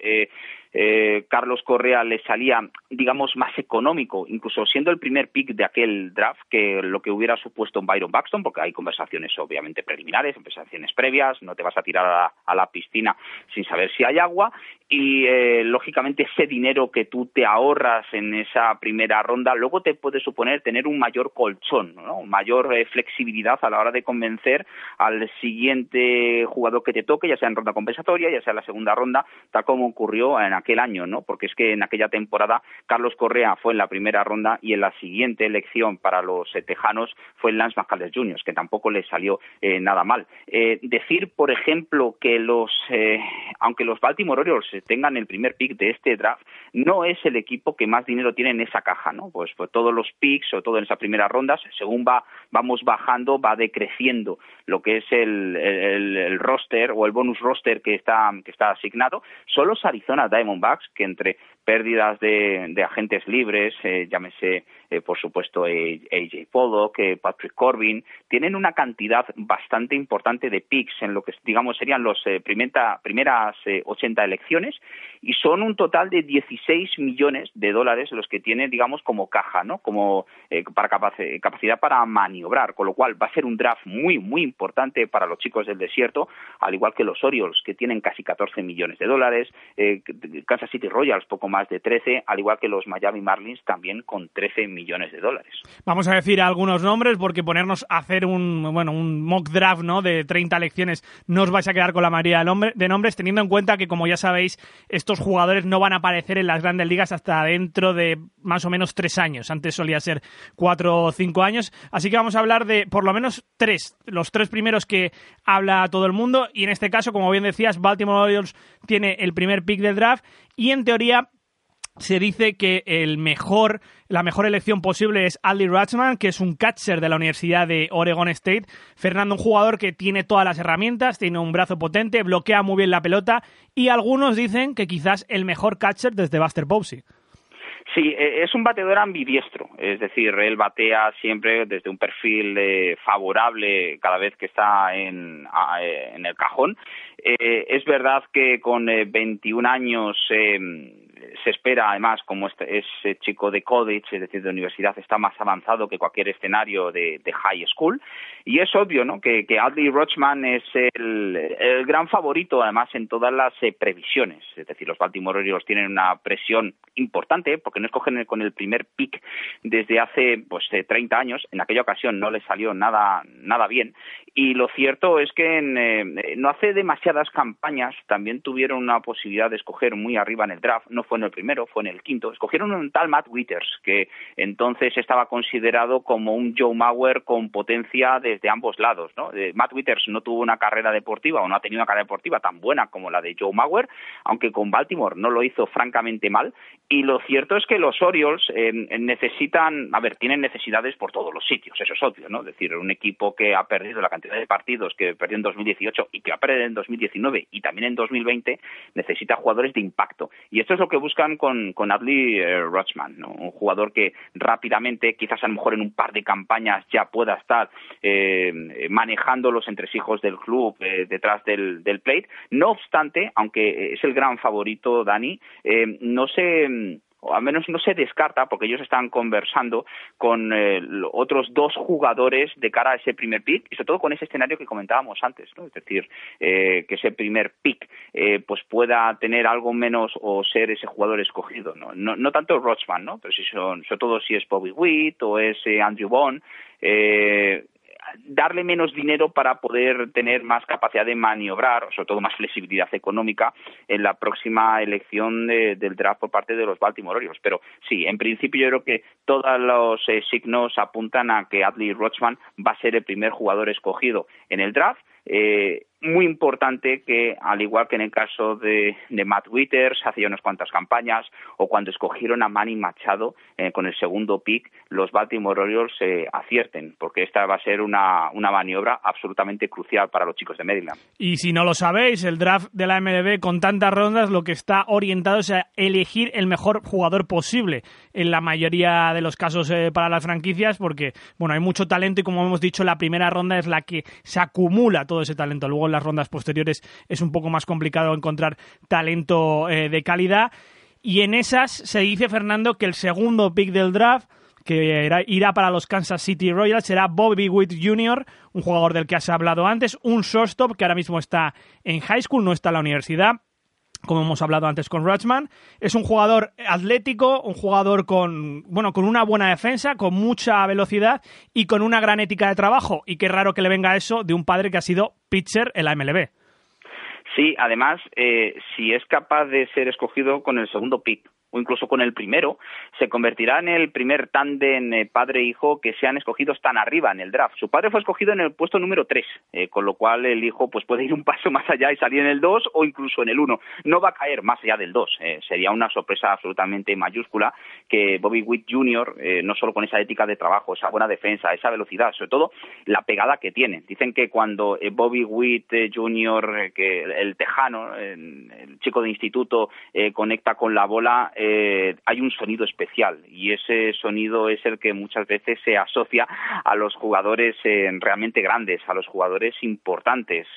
Carlos Correa le salía, digamos, más económico, incluso siendo el primer pick de aquel draft, que lo que hubiera supuesto un Byron Buxton, porque hay conversaciones obviamente preliminares, conversaciones previas, no te vas a tirar a la piscina sin saber si hay agua, y lógicamente ese dinero que tú te ahorras en esa primera ronda luego te puede suponer tener un mayor colchón, ¿no? Mayor flexibilidad a la hora de convencer al siguiente jugador que te toque, ya sea en ronda compensatoria, ya sea en la segunda ronda, tal como ocurrió en aquel año, ¿no? Porque es que en aquella temporada Carlos Correa fue en la primera ronda y en la siguiente elección para los tejanos fue Lance McCullers Jr., que tampoco le salió nada mal. Decir, por ejemplo, que aunque los Baltimore Orioles tengan el primer pick de este draft, no es el equipo que más dinero tiene en esa caja, ¿no? Pues todos los picks, o todo en esas primeras rondas, según vamos bajando, va decreciendo lo que es el roster o el bonus roster que está asignado. Son los Arizona Diamondbacks, que entre pérdidas de agentes libres, llámese por supuesto A.J. Pollock, Patrick Corbin, tienen una cantidad bastante importante de picks en lo que digamos serían los primeras 80 elecciones, y son un total de $16 millones los que tiene, digamos, como caja, ¿no? Como para capacidad para maniobrar, con lo cual va a ser un draft muy, muy importante para los chicos del desierto, al igual que los Orioles, que tienen casi $14 millones, Kansas City Royals poco más de 13, al igual que los Miami Marlins también con $13 millones. Vamos a decir algunos nombres, porque ponernos a hacer un mock draft, ¿no?, de 30 elecciones, no os vais a quedar con la mayoría de nombres, teniendo en cuenta que, como ya sabéis, estos jugadores no van a aparecer en las grandes ligas hasta dentro de más o menos 3 años. Antes solía ser 4 o 5 años. Así que vamos a hablar de por lo menos 3, los 3 primeros que habla todo el mundo, y en este caso, como bien decías, Baltimore Orioles tiene el primer pick del draft, y en teoría se dice que la mejor elección posible es Adley Rutschman, que es un catcher de la Universidad de Oregon State. Fernando, un jugador que tiene todas las herramientas, tiene un brazo potente, bloquea muy bien la pelota, y algunos dicen que quizás el mejor catcher desde Buster Posey. Sí, es un bateador ambidiestro, es decir, él batea siempre desde un perfil favorable cada vez que está en el cajón. Es verdad que con 21 años se espera, además, como ese chico de college, es decir, de universidad, está más avanzado que cualquier escenario de high school, y es obvio, ¿no?, que Adley Rutschman es el gran favorito, además, en todas las previsiones. Es decir, los Baltimore Orioles tienen una presión importante porque no escogen con el primer pick desde hace 30 años. En aquella ocasión no les salió nada bien, y lo cierto es que no hace demasiadas campañas también tuvieron una posibilidad de escoger muy arriba en el draft. No fue en el primero, fue en el quinto. Escogieron un tal Matt Wieters, que entonces estaba considerado como un Joe Mauer con potencia desde ambos lados, ¿no? Matt Wieters no tuvo una carrera deportiva, o no ha tenido una carrera deportiva tan buena como la de Joe Mauer, aunque con Baltimore no lo hizo francamente mal. Y lo cierto es que los Orioles tienen necesidades por todos los sitios, eso es obvio, ¿no? Es decir, un equipo que ha perdido la cantidad cantidad de partidos que perdió en 2018 y que va a perder en 2019 y también en 2020, necesita jugadores de impacto. Y esto es lo que buscan con Adley Rutschman, ¿no? Un jugador que rápidamente, quizás a lo mejor en un par de campañas ya pueda estar manejando los entresijos del club detrás del plate. No obstante, aunque es el gran favorito, Dani, o al menos no se descarta, porque ellos están conversando con otros 2 jugadores de cara a ese primer pick, y sobre todo con ese escenario que comentábamos antes, ¿no? Es decir, que ese primer pick pues pueda tener algo menos o ser ese jugador escogido, no tanto Rutschman, ¿no? Pero sobre todo si es Bobby Witt o es Andrew Bond, darle menos dinero para poder tener más capacidad de maniobrar, o sobre todo más flexibilidad económica en la próxima elección del draft por parte de los Baltimore Orioles. Pero sí, en principio yo creo que todos los signos apuntan a que Adley Rutschman va a ser el primer jugador escogido en el draft. Muy importante que, al igual que en el caso de Matt Wieters hace ya unas cuantas campañas, o cuando escogieron a Manny Machado con el segundo pick, los Baltimore Orioles acierten, porque esta va a ser una maniobra absolutamente crucial para los chicos de Maryland. Y si no lo sabéis, el draft de la MLB con tantas rondas lo que está orientado es a elegir el mejor jugador posible en la mayoría de los casos para las franquicias, porque bueno, hay mucho talento y, como hemos dicho, la primera ronda es la que se acumula todo ese talento. Luego en las rondas posteriores es un poco más complicado encontrar talento de calidad, y en esas se dice, Fernando, que el segundo pick del draft, que irá para los Kansas City Royals, será Bobby Witt Jr., un jugador del que has hablado antes, un shortstop que ahora mismo está en high school, no está en la universidad, como hemos hablado antes con Rutschman. Es un jugador atlético, un jugador con una buena defensa, con mucha velocidad y con una gran ética de trabajo. Y qué raro que le venga eso de un padre que ha sido pitcher en la MLB. Sí, además, si es capaz de ser escogido con el segundo pick o incluso con el primero, se convertirá en el primer tándem padre-hijo que sean escogidos tan arriba en el draft. Su padre fue escogido en el puesto número 3, con lo cual el hijo pues puede ir un paso más allá y salir en el 2 o incluso en el 1. No va a caer más allá del 2. Sería una sorpresa absolutamente mayúscula que Bobby Witt Jr., no solo con esa ética de trabajo, esa buena defensa, esa velocidad, sobre todo la pegada que tiene. Dicen que cuando Bobby Witt Jr., que el tejano, el chico de instituto, conecta con la bola, hay un sonido especial, y ese sonido es el que muchas veces se asocia a los jugadores realmente grandes, a los jugadores importantes.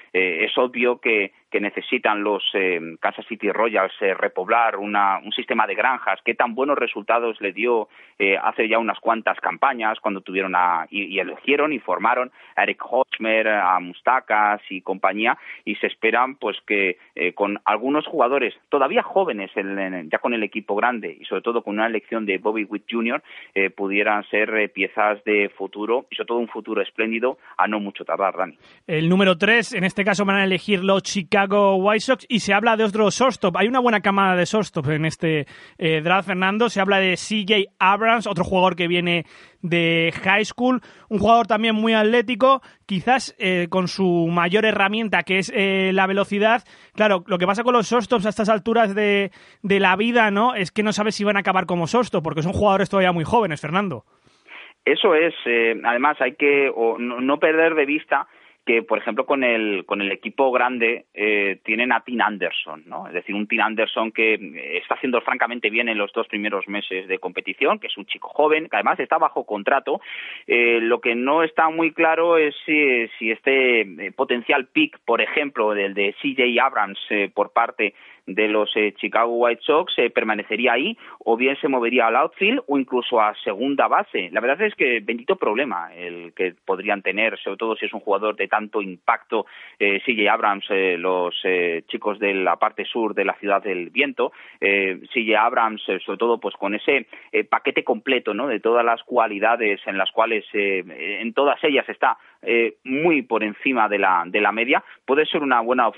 Es obvio que necesitan los Kansas City Royals repoblar un sistema de granjas que tan buenos resultados le dio hace ya unas cuantas campañas, cuando tuvieron y eligieron y formaron a Eric Hosmer, a Mustakas y compañía, y se esperan pues que con algunos jugadores todavía jóvenes ya con el equipo grande, y sobre todo con una elección de Bobby Witt Jr., pudieran ser piezas de futuro, y sobre todo un futuro espléndido a no mucho tardar, Dani. El número 3, en este caso van a elegir los Chicago White Sox, y se habla de otro shortstop. Hay una buena camada de shortstop en este draft, Fernando. Se habla de CJ Abrams, otro jugador que viene de high school, un jugador también muy atlético, quizás con su mayor herramienta, que es la velocidad. Claro, lo que pasa con los shortstops a estas alturas de la vida, ¿no?, es que no sabes si van a acabar como shortstop, porque son jugadores todavía muy jóvenes, Fernando. Eso es. Además, hay que no perder de vista que, por ejemplo, con el equipo grande tienen a Tim Anderson, ¿no? Es decir, un Tim Anderson que está haciendo francamente bien en los 2 primeros meses de competición, que es un chico joven, que además está bajo contrato. Lo que no está muy claro es si este potencial pick, por ejemplo, del de CJ Abrams por parte de los Chicago White Sox, permanecería ahí, o bien se movería al outfield o incluso a segunda base. La verdad es que bendito problema el que podrían tener, sobre todo si es un jugador de tanto impacto, CJ Abrams, los chicos de la parte sur de la Ciudad del Viento. CJ Abrams, sobre todo pues con ese paquete completo, ¿no?, de todas las cualidades en las cuales en todas ellas está muy por encima de la media, puede ser una buena opción,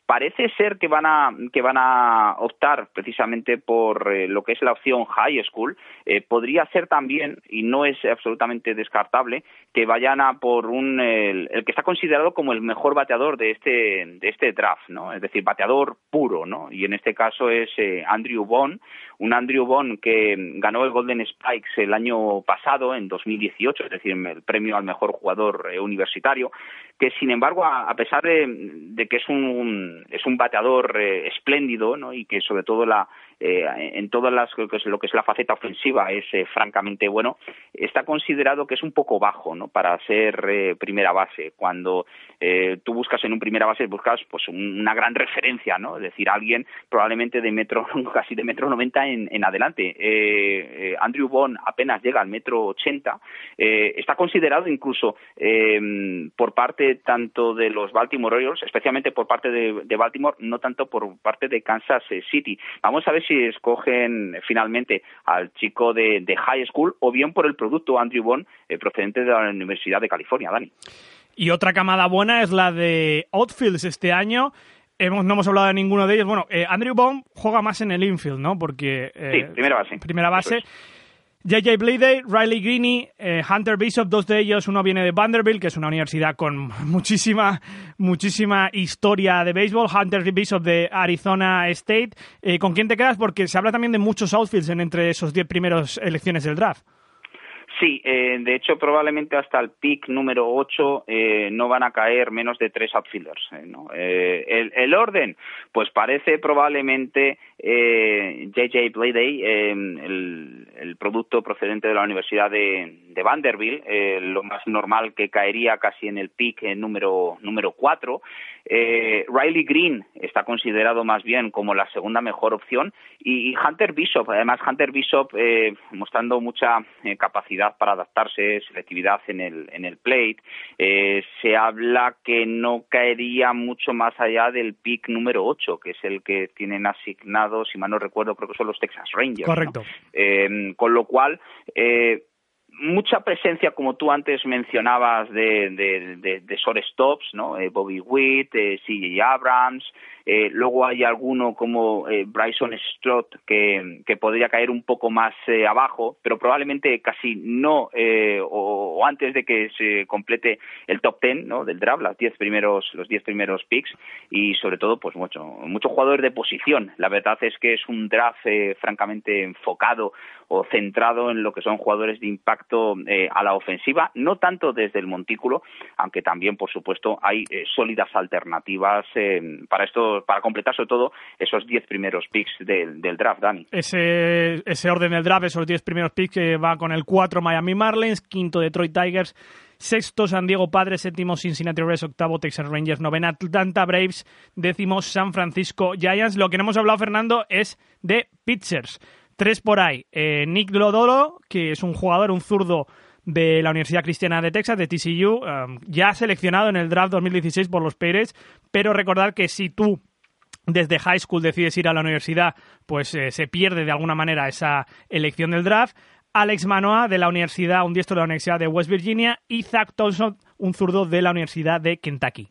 Parece ser que van a optar precisamente por lo que es la opción high school. Podría ser también, y no es absolutamente descartable, que vayan a por el que está considerado como el mejor bateador de este draft, ¿no? Es decir, bateador puro, ¿no? Y en este caso es Andrew Vaughn, un Andrew Vaughn que ganó el Golden Spikes el año pasado, en 2018, es decir, el premio al mejor jugador universitario, que sin embargo, a pesar de que es un bateador espléndido, ¿no? Y que sobre todo en todas lo que es la faceta ofensiva es francamente bueno, está considerado que es un poco bajo, ¿no? Para ser primera base. Cuando tú buscas en un primera base, buscas pues una gran referencia, ¿no? Es decir, alguien probablemente casi de 1,90 m en adelante. Andrew Vaughn apenas llega al 1,80 m. Está considerado incluso por parte tanto de los Baltimore Orioles, especialmente por parte de Baltimore, no tanto por parte de Kansas City. Vamos a ver si escogen finalmente al chico de high school o bien por el producto Andrew Vaughn procedente de la Universidad de California, Dani. Y otra camada buena es la de outfields este año. No hemos hablado de ninguno de ellos. Bueno, Andrew Vaughn juega más en el infield, ¿no? Porque sí, primera base. J.J. Bleday, Riley Greene, Hunter Bishop, dos de ellos. Uno viene de Vanderbilt, que es una universidad con muchísima historia de béisbol. Hunter Bishop de Arizona State. ¿Con quién te quedas? Porque se habla también de muchos outfields entre esos 10 primeros elecciones del draft. Sí, de hecho probablemente hasta el pick número 8 no van a caer menos de 3 outfielders, ¿no? El orden, pues parece probablemente J.J. Bleday, el producto procedente de la Universidad de Vanderbilt, lo más normal que caería casi en el pick número 4. Riley Greene está considerado más bien como la segunda mejor opción y Hunter Bishop, además Hunter Bishop mostrando mucha capacidad para adaptarse, selectividad en el plate. Se habla que no caería mucho más allá del pick número 8, que es el que tienen asignado, si mal no recuerdo, creo que son los Texas Rangers. Correcto. ¿No? Con lo cual, mucha presencia, como tú antes mencionabas, de shortstops, ¿no? Bobby Witt, C.J. Abrams. Luego hay alguno como Bryson Stott que podría caer un poco más abajo, pero probablemente casi no o antes de que se complete el top 10, ¿no? Del draft, los 10 primeros picks, y sobre todo pues muchos jugadores de posición. La verdad es que es un draft francamente enfocado o centrado en lo que son jugadores de impacto a la ofensiva, no tanto desde el montículo, aunque también por supuesto hay sólidas alternativas para completar sobre todo esos 10 primeros picks del draft, Dani. Ese orden del draft, esos 10 primeros picks, que va con el 4 Miami Marlins, quinto Detroit Tigers, sexto San Diego Padres, séptimo Cincinnati Reds, octavo Texas Rangers, novena Atlanta Braves, décimo San Francisco Giants. Lo que no hemos hablado, Fernando, es de pitchers. 3 por ahí. Nick Lodolo, que es un jugador, un zurdo de la Universidad Cristiana de Texas, de TCU, ya seleccionado en el draft 2016 por los Pirates, pero recordar que si tú desde high school decides ir a la universidad, pues se pierde de alguna manera esa elección del draft. Alex Manoah, de la universidad, un diestro de la Universidad de West Virginia, y Zach Thompson, un zurdo de la Universidad de Kentucky.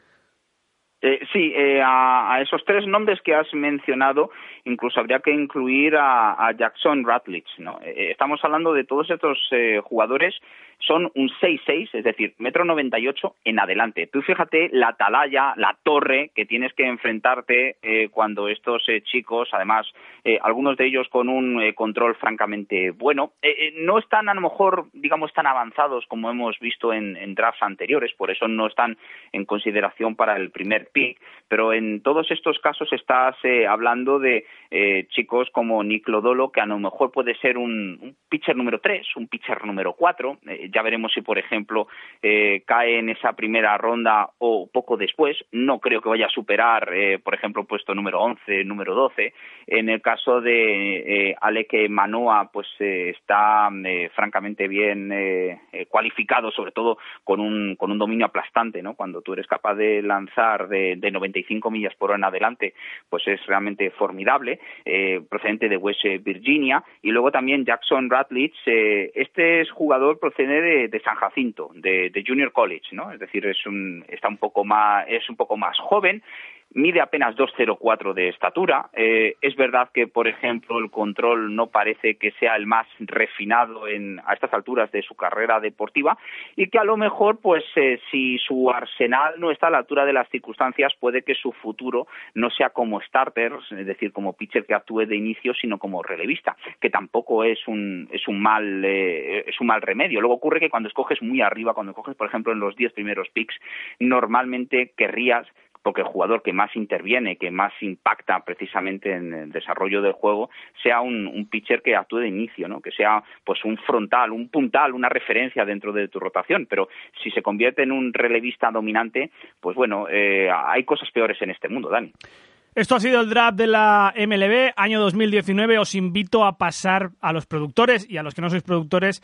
Sí, a esos 3 nombres que has mencionado, incluso habría que incluir a Jackson Rutledge, ¿no? Estamos hablando de todos estos jugadores, son un 6'6", es decir, 1,98 m en adelante. Tú fíjate la atalaya, la torre que tienes que enfrentarte cuando estos chicos, además, algunos de ellos con un control francamente bueno, no están a lo mejor, digamos, tan avanzados como hemos visto en drafts anteriores, por eso no están en consideración para el primer pick, pero en todos estos casos estás hablando de chicos como Nick Lodolo, que a lo mejor puede ser un pitcher número 3, un pitcher número 4, ya veremos si, por ejemplo, cae en esa primera ronda o poco después. No creo que vaya a superar, por ejemplo, puesto número 11, número 12. En el caso de Alec Manoah, pues está francamente bien cualificado, sobre todo con un dominio aplastante, ¿no? Cuando tú eres capaz de lanzar de 95 millas por hora en adelante, pues es realmente formidable, procedente de West Virginia. Y luego también Jackson Rutledge, este jugador procede de San Jacinto, de Junior College, ¿no? Es decir, es un poco más joven. mide apenas 2,04 de estatura. Es verdad que, por ejemplo, el control no parece que sea el más refinado a estas alturas de su carrera deportiva, y que a lo mejor, pues, si su arsenal no está a la altura de las circunstancias, puede que su futuro no sea como starter, es decir, como pitcher que actúe de inicio, sino como relevista, que tampoco es un mal remedio. Luego ocurre que cuando escoges muy arriba, cuando escoges, por ejemplo, en los 10 primeros picks, normalmente querrías, porque el jugador que más interviene, que más impacta precisamente en el desarrollo del juego, sea un pitcher que actúe de inicio, ¿no? Que sea, pues, un frontal, un puntal, una referencia dentro de tu rotación. Pero si se convierte en un relevista dominante, pues bueno, hay cosas peores en este mundo, Dani. Esto ha sido el draft de la MLB, año 2019. Os invito a pasar a los productores y a los que no sois productores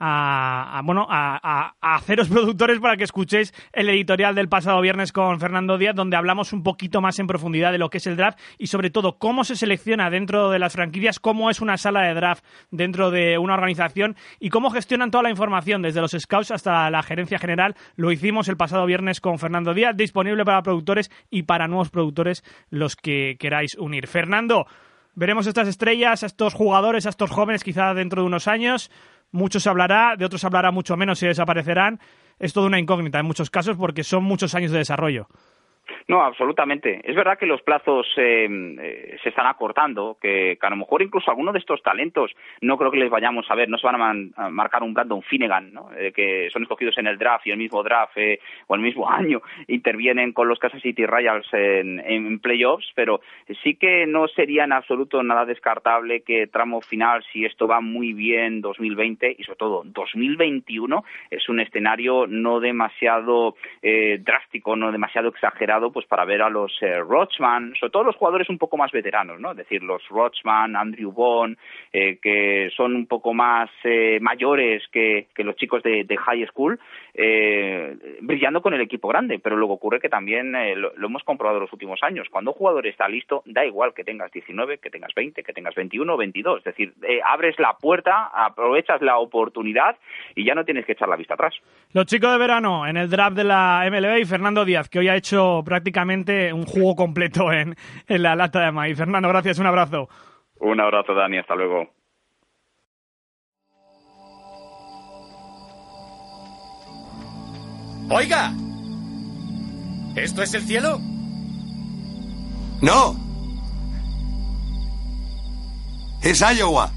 a haceros productores para que escuchéis el editorial del pasado viernes con Fernando Díaz, donde hablamos un poquito más en profundidad de lo que es el draft y sobre todo cómo se selecciona dentro de las franquicias, cómo es una sala de draft dentro de una organización y cómo gestionan toda la información desde los scouts hasta la gerencia general. Lo hicimos el pasado viernes con Fernando Díaz, disponible para productores y para nuevos productores, los que queráis unir. Fernando, veremos estas estrellas, a estos jugadores, a estos jóvenes quizá dentro de unos años. Muchos se hablará, de otros se hablará mucho menos y desaparecerán. Es toda una incógnita en muchos casos porque son muchos años de desarrollo. No, absolutamente. Es verdad que los plazos se están acortando, que a lo mejor incluso algunos de estos talentos no creo que les vayamos a ver, no se van a marcar un Brandon Finnegan, ¿no? Que son escogidos en el draft y el mismo draft o el mismo año intervienen con los Kansas City Royals en playoffs, pero sí que no sería en absoluto nada descartable que tramo final, si esto va muy bien, 2020 y sobre todo 2021 es un escenario no demasiado drástico, no demasiado exagerado, pues para ver a los Rochman, sobre todo los jugadores un poco más veteranos, ¿no? Es decir, los Rochman, Andrew Vaughn, que son un poco más mayores que los chicos de high school, brillando con el equipo grande. Pero luego ocurre que también lo hemos comprobado en los últimos años. Cuando un jugador está listo, da igual que tengas 19, que tengas 20, que tengas 21 o 22. Es decir, abres la puerta, aprovechas la oportunidad y ya no tienes que echar la vista atrás. Los chicos de verano en el draft de la MLB y Fernando Díaz, que hoy ha hecho prácticamente un juego completo en la lata de maíz. Fernando, gracias, un abrazo. Un abrazo, Dani, hasta luego. Oiga, ¿esto es el cielo? No. Es Iowa.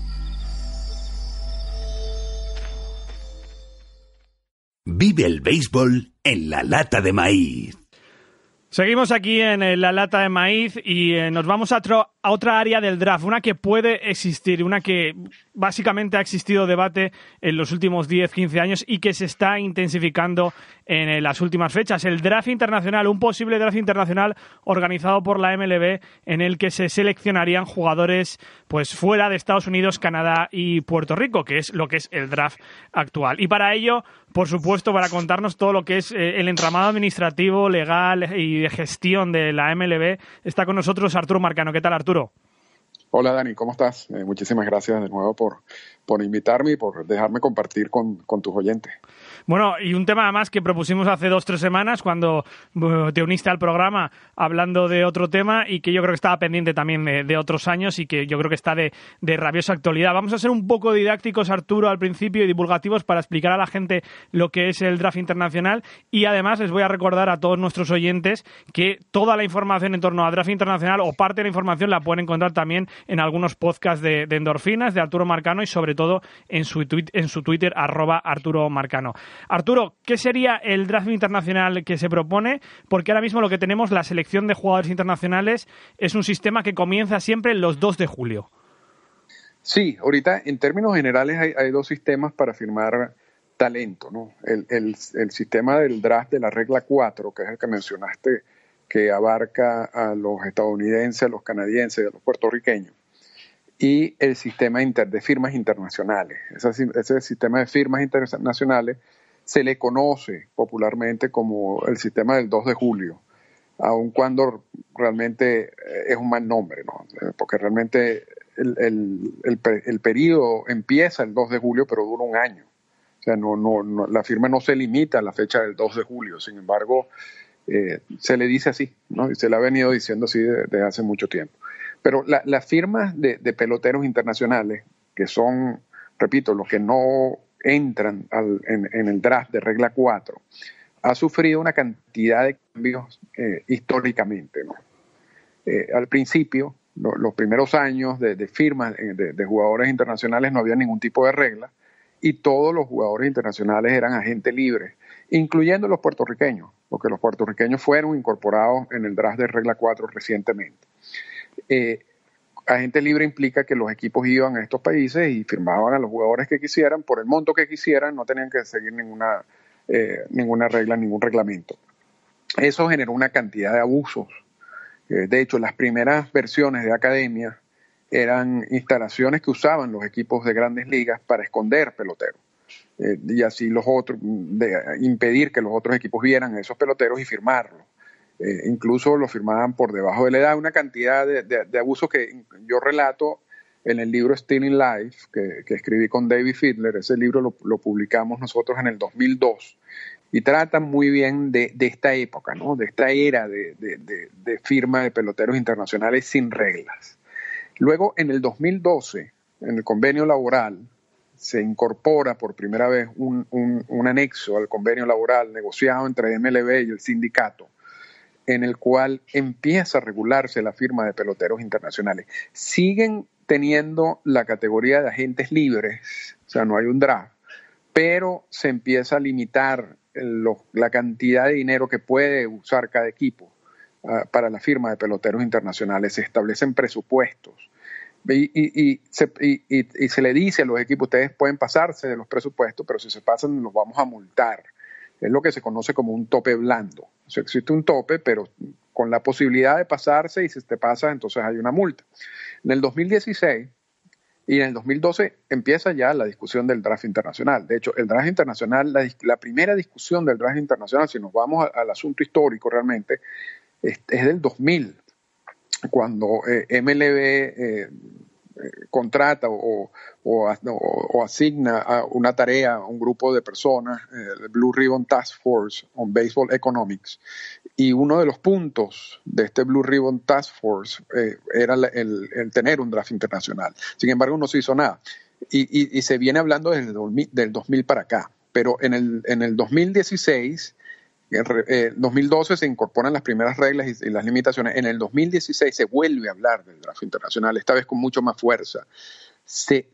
Vive el béisbol en la lata de maíz. Seguimos aquí en la lata de maíz y nos vamos a otra área del draft, una que puede existir, una que básicamente ha existido debate en los últimos 10-15 años y que se está intensificando en las últimas fechas. El draft internacional, un posible draft internacional organizado por la MLB en el que se seleccionarían jugadores pues fuera de Estados Unidos, Canadá y Puerto Rico, que es lo que es el draft actual. Y para ello, por supuesto, para contarnos todo lo que es el entramado administrativo, legal y de gestión de la MLB, está con nosotros Arturo Marcano. ¿Qué tal, Arturo? Hola, Dani, ¿cómo estás? Muchísimas gracias de nuevo por invitarme y por dejarme compartir con tus oyentes. Bueno, y un tema además que propusimos hace 2-3 semanas cuando te uniste al programa hablando de otro tema y que yo creo que estaba pendiente también de otros años y que yo creo que está de rabiosa actualidad. Vamos a ser un poco didácticos, Arturo, al principio y divulgativos para explicar a la gente lo que es el draft internacional y además les voy a recordar a todos nuestros oyentes que toda la información en torno al draft internacional o parte de la información la pueden encontrar también en algunos podcasts de Endorfinas, de Arturo Marcano y sobre todo en su Twitter, @ArturoMarcano. Arturo, ¿qué sería el draft internacional que se propone? Porque ahora mismo lo que tenemos, la selección de jugadores internacionales, es un sistema que comienza siempre los 2 de julio. Sí, ahorita en términos generales hay 2 sistemas para firmar talento, ¿no? El sistema del draft de la regla 4, que es el que mencionaste, que abarca a los estadounidenses, a los canadienses y a los puertorriqueños. Y el sistema de firmas internacionales. Ese sistema de firmas internacionales se le conoce popularmente como el sistema del 2 de julio, aun cuando realmente es un mal nombre, ¿no? Porque realmente el periodo empieza el 2 de julio, pero dura un año. O sea, no, la firma no se limita a la fecha del 2 de julio. Sin embargo, se le dice así, ¿no? Y se le ha venido diciendo así desde hace mucho tiempo. Pero las firmas de peloteros internacionales, que son, repito, los que no entran en el draft de regla 4, ha sufrido una cantidad de cambios históricamente, ¿no? Al principio, los primeros años de firmas de jugadores internacionales no había ningún tipo de regla y todos los jugadores internacionales eran agentes libres, incluyendo los puertorriqueños, porque los puertorriqueños fueron incorporados en el draft de regla 4 recientemente. Agente libre implica que los equipos iban a estos países y firmaban a los jugadores que quisieran por el monto que quisieran, no tenían que seguir ninguna regla, ningún reglamento. Eso generó una cantidad de abusos. De hecho, las primeras versiones de academia eran instalaciones que usaban los equipos de grandes ligas para esconder peloteros. Y así impedir que los otros equipos vieran a esos peloteros y firmarlos. Incluso lo firmaban por debajo de la edad, una cantidad de abusos que yo relato en el libro Stealing Life, que escribí con David Fiedler. Ese libro lo publicamos nosotros en el 2002 y trata muy bien de esta época, ¿no? De esta era de firma de peloteros internacionales sin reglas. Luego, en el 2012, en el convenio laboral, se incorpora por primera vez un anexo al convenio laboral negociado entre MLB y el sindicato, en el cual empieza a regularse la firma de peloteros internacionales. Siguen teniendo la categoría de agentes libres, o sea, no hay un draft, pero se empieza a limitar la cantidad de dinero que puede usar cada equipo para la firma de peloteros internacionales. Se establecen presupuestos y se le dice a los equipos: ustedes pueden pasarse de los presupuestos, pero si se pasan los vamos a multar. Es lo que se conoce como un tope blando. O sea, existe un tope, pero con la posibilidad de pasarse, y si te pasas, entonces hay una multa. En el 2016 y en el 2012 empieza ya la discusión del draft internacional. De hecho, el draft internacional, la primera discusión del draft internacional, si nos vamos al asunto histórico realmente, es del 2000, cuando MLB contrata o asigna una tarea a un grupo de personas, el Blue Ribbon Task Force on Baseball Economics, y uno de los puntos de este Blue Ribbon Task Force era el tener un draft internacional. Sin embargo, no se hizo nada y se viene hablando desde del 2000 para acá, pero en el 2016, en 2012 se incorporan las primeras reglas y las limitaciones. En el 2016 se vuelve a hablar del draft internacional, esta vez con mucho más fuerza. Se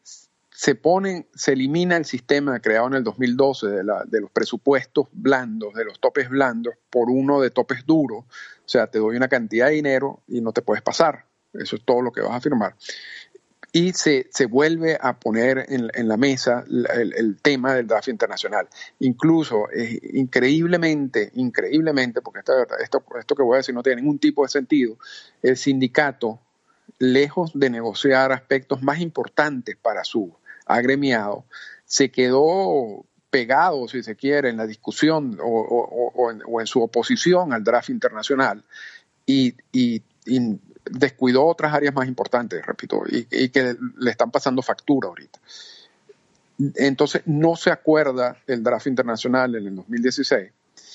elimina el sistema creado en el 2012 de los presupuestos blandos, de los topes blandos, por uno de topes duros. O sea, te doy una cantidad de dinero y no te puedes pasar. Eso es todo lo que vas a firmar. Y se vuelve a poner en la mesa el tema del draft internacional. Incluso, increíblemente, porque esto que voy a decir no tiene ningún tipo de sentido, el sindicato, lejos de negociar aspectos más importantes para su agremiado, se quedó pegado, si se quiere, en la discusión o en su oposición al draft internacional y descuidó otras áreas más importantes, repito, y que le están pasando factura ahorita. Entonces, no se acuerda el draft internacional en el 2016,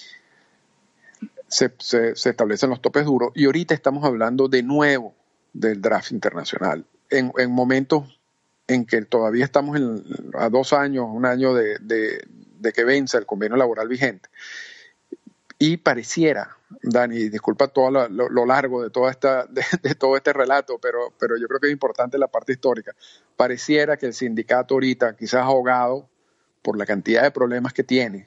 se establecen los topes duros, y ahorita estamos hablando de nuevo del draft internacional, en momentos en que todavía estamos a 2 años, 1 año de que vence el convenio laboral vigente. Y pareciera, Dani, disculpa todo lo largo de todo este relato, pero yo creo que es importante la parte histórica. Pareciera que el sindicato ahorita, quizás ahogado por la cantidad de problemas que tiene,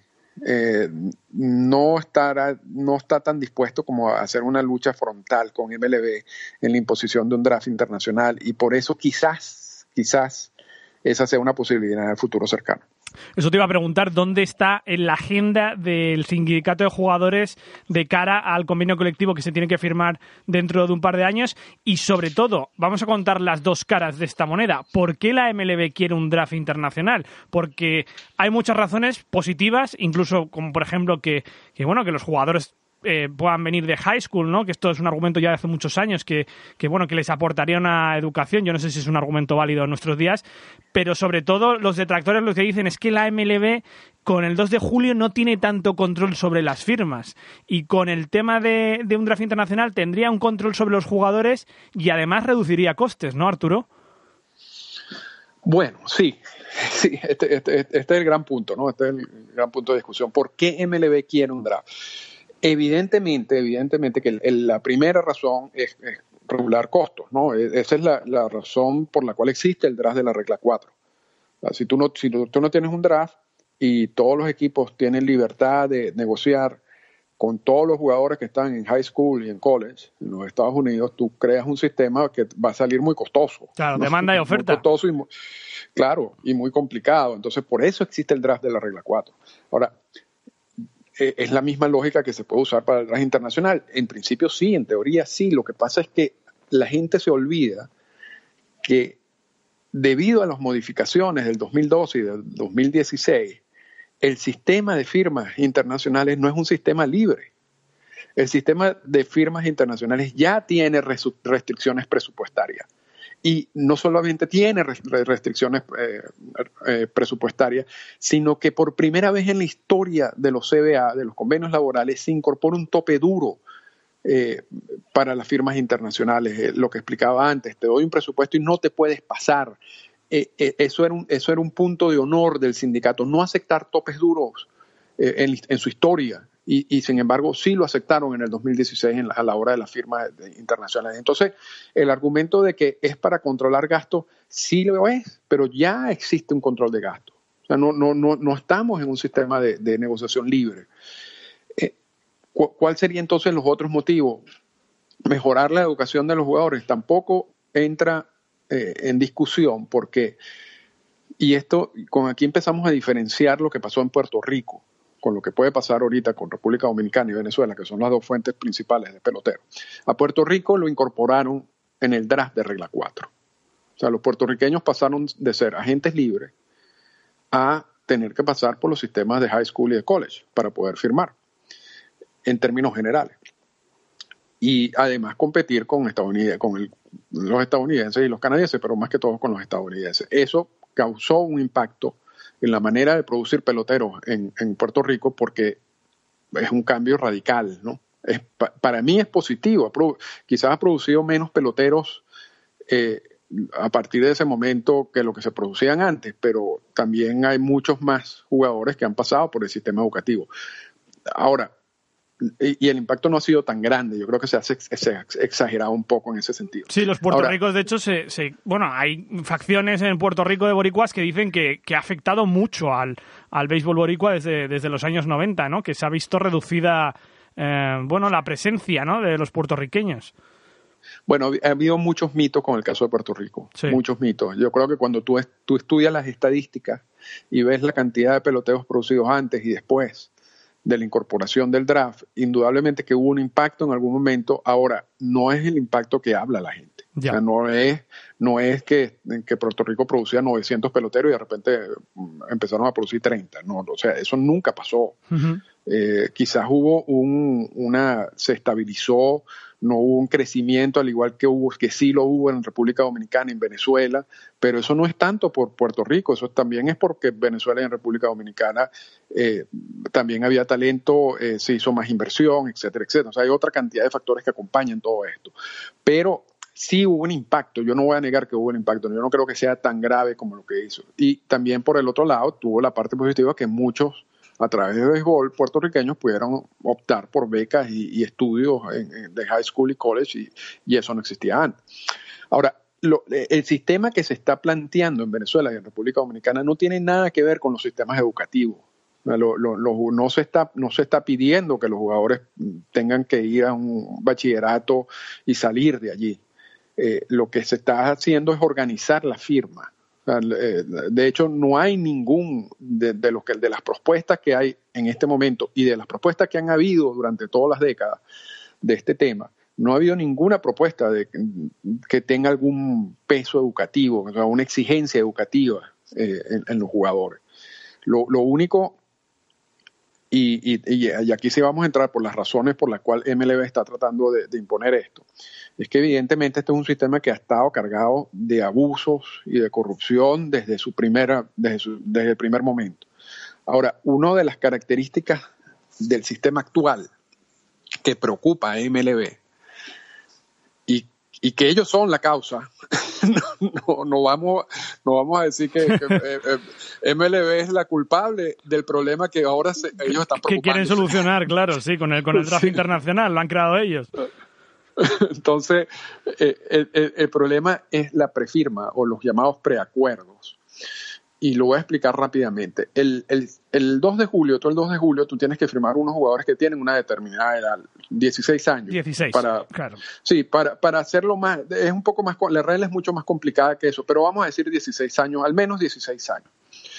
no está tan dispuesto como a hacer una lucha frontal con MLB en la imposición de un draft internacional, y por eso quizás esa sea una posibilidad en el futuro cercano. Eso te iba a preguntar, ¿dónde está en la agenda del sindicato de jugadores de cara al convenio colectivo que se tiene que firmar dentro de un par de años? Y sobre todo, vamos a contar las dos caras de esta moneda. ¿Por qué la MLB quiere un draft internacional? Porque hay muchas razones positivas, incluso como por ejemplo que los jugadores puedan venir de high school, ¿no? Que esto es un argumento ya de hace muchos años que les aportaría una educación. Yo no sé si es un argumento válido en nuestros días, pero sobre todo los detractores lo que dicen es que la MLB con el 2 de julio no tiene tanto control sobre las firmas, y con el tema de un draft internacional tendría un control sobre los jugadores y además reduciría costes, ¿no, Arturo? Bueno, sí, este es el gran punto, ¿no? Este es el gran punto de discusión. ¿Por qué MLB quiere un draft? Evidentemente que la primera razón es regular costos, ¿no? Esa es la razón por la cual existe el draft de la regla 4. Si tú no tienes un draft y todos los equipos tienen libertad de negociar con todos los jugadores que están en high school y en college en los Estados Unidos, tú creas un sistema que va a salir muy costoso. Claro, ¿no? Demanda y oferta. Muy costoso y muy complicado. Entonces, por eso existe el draft de la regla 4. Ahora, es la misma lógica que se puede usar para el draft internacional. En principio sí, en teoría sí. Lo que pasa es que la gente se olvida que debido a las modificaciones del 2012 y del 2016, el sistema de firmas internacionales no es un sistema libre. El sistema de firmas internacionales ya tiene restricciones presupuestarias. Y no solamente tiene restricciones presupuestarias, sino que por primera vez en la historia de los CBA, de los convenios laborales, se incorpora un tope duro para las firmas internacionales. Lo que explicaba antes, te doy un presupuesto y no te puedes pasar. Eso era un punto de honor del sindicato, no aceptar topes duros en su historia. Y sin embargo sí lo aceptaron en el 2016 a la hora de las firmas internacionales. Entonces, el argumento de que es para controlar gastos, sí lo es, pero ya existe un control de gastos. O sea, no estamos en un sistema de negociación libre. ¿Cuál sería entonces los otros motivos? Mejorar la educación de los jugadores tampoco entra en discusión, porque, y esto, aquí empezamos a diferenciar lo que pasó en Puerto Rico con lo que puede pasar ahorita con República Dominicana y Venezuela, que son las dos fuentes principales de peloteros. A Puerto Rico lo incorporaron en el draft de regla 4. O sea, los puertorriqueños pasaron de ser agentes libres a tener que pasar por los sistemas de high school y de college para poder firmar, en términos generales. Y además competir con los estadounidenses y los canadienses, pero más que todo con los estadounidenses. Eso causó un impacto en la manera de producir peloteros en Puerto Rico, porque es un cambio radical, ¿no? Para mí es positivo. Quizás ha producido menos peloteros a partir de ese momento que lo que se producían antes, pero también hay muchos más jugadores que han pasado por el sistema educativo. Ahora, y el impacto no ha sido tan grande. Yo creo que se ha exagerado un poco en ese sentido. Sí, los puertorricos, de hecho, hay facciones en Puerto Rico de boricuas que dicen que ha afectado mucho al béisbol boricua desde los años 90, ¿no? Que se ha visto reducida la presencia, ¿no?, de los puertorriqueños. Bueno, ha habido muchos mitos con el caso de Puerto Rico, sí. Muchos mitos. Yo creo que cuando tú estudias las estadísticas y ves la cantidad de peloteos producidos antes y después de la incorporación del draft, indudablemente que hubo un impacto en algún momento. Ahora, no es el impacto que habla la gente. Ya. O sea, no es que Puerto Rico producía 900 peloteros y de repente empezaron a producir 30. No, o sea, eso nunca pasó. Uh-huh. Quizás hubo se estabilizó, no hubo un crecimiento al igual que sí lo hubo en República Dominicana y en Venezuela, pero eso no es tanto por Puerto Rico, eso también es porque Venezuela y en República Dominicana también había talento, se hizo más inversión, etcétera, etcétera. O sea, hay otra cantidad de factores que acompañan todo esto. Pero sí hubo un impacto, yo no voy a negar que hubo un impacto, yo no creo que sea tan grave como lo que hizo. Y también por el otro lado tuvo la parte positiva que muchos a través de béisbol puertorriqueños pudieron optar por becas y estudios de high school y college y eso no existía antes. Ahora, el sistema que se está planteando en Venezuela y en República Dominicana no tiene nada que ver con los sistemas educativos. No se está pidiendo que los jugadores tengan que ir a un bachillerato y salir de allí. Lo que se está haciendo es organizar la firma. De hecho, no hay ningún de las propuestas que hay en este momento y de las propuestas que han habido durante todas las décadas de este tema, no ha habido ninguna propuesta que tenga algún peso educativo, o sea, una exigencia educativa en los jugadores. Lo único y aquí sí vamos a entrar por las razones por las cuales MLB está tratando de imponer esto. Es que evidentemente este es un sistema que ha estado cargado de abusos y de corrupción desde el primer momento. Ahora, una de las características del sistema actual que preocupa a MLB y que ellos son la causa, no vamos a decir que MLB es la culpable del problema que ahora ellos están preocupando. Que quieren solucionar, claro, sí, con el draft internacional, lo han creado ellos. Entonces, el problema es la prefirma o los llamados preacuerdos. Y lo voy a explicar rápidamente. El 2 de julio, tú tienes que firmar unos jugadores que tienen una determinada edad, 16 años. 16, claro. Sí, para hacerlo más, es un poco más, la regla es mucho más complicada que eso, pero vamos a decir 16 años, al menos 16 años.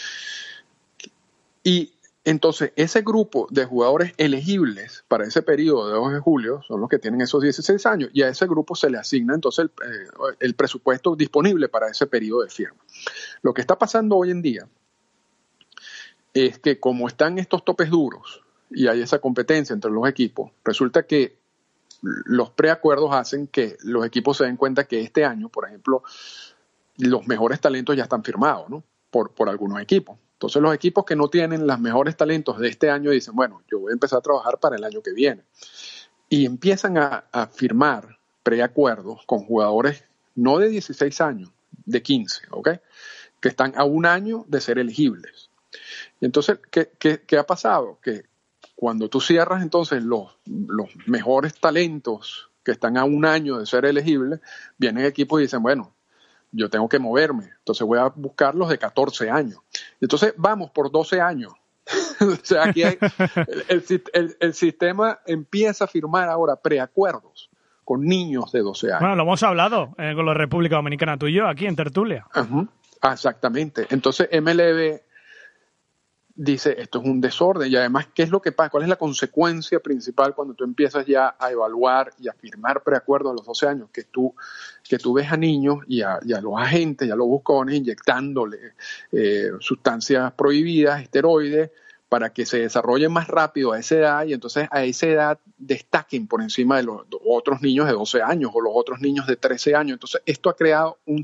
Y entonces, ese grupo de jugadores elegibles para ese periodo de 2 de julio son los que tienen esos 16 años y a ese grupo se le asigna entonces el presupuesto disponible para ese periodo de firma. Lo que está pasando hoy en día es que como están estos topes duros y hay esa competencia entre los equipos, resulta que los preacuerdos hacen que los equipos se den cuenta que este año, por ejemplo, los mejores talentos ya están firmados, ¿no? por algunos equipos. Entonces los equipos que no tienen los mejores talentos de este año dicen, bueno, yo voy a empezar a trabajar para el año que viene. Y empiezan a firmar preacuerdos con jugadores no de 16 años, de 15, ¿ok? Que están a un año de ser elegibles. Y entonces, ¿qué ha pasado? Que cuando tú cierras entonces los mejores talentos que están a un año de ser elegibles, vienen equipos y dicen, bueno, yo tengo que moverme, entonces voy a buscar los de 14 años. Entonces vamos por 12 años. O sea, aquí hay, el sistema empieza a firmar ahora preacuerdos con niños de 12 años. Bueno, lo hemos hablado con la República Dominicana, tú y yo, aquí en Tertulia. Exactamente. Entonces MLB dice, esto es un desorden y además, ¿qué es lo que pasa? ¿Cuál es la consecuencia principal cuando tú empiezas ya a evaluar y a firmar preacuerdos a los 12 años? Que tú ves a niños y a los agentes y a los buscones inyectándole sustancias prohibidas, esteroides, para que se desarrollen más rápido a esa edad y entonces a esa edad destaquen por encima de los otros niños de 12 años o los otros niños de 13 años. Entonces esto ha creado un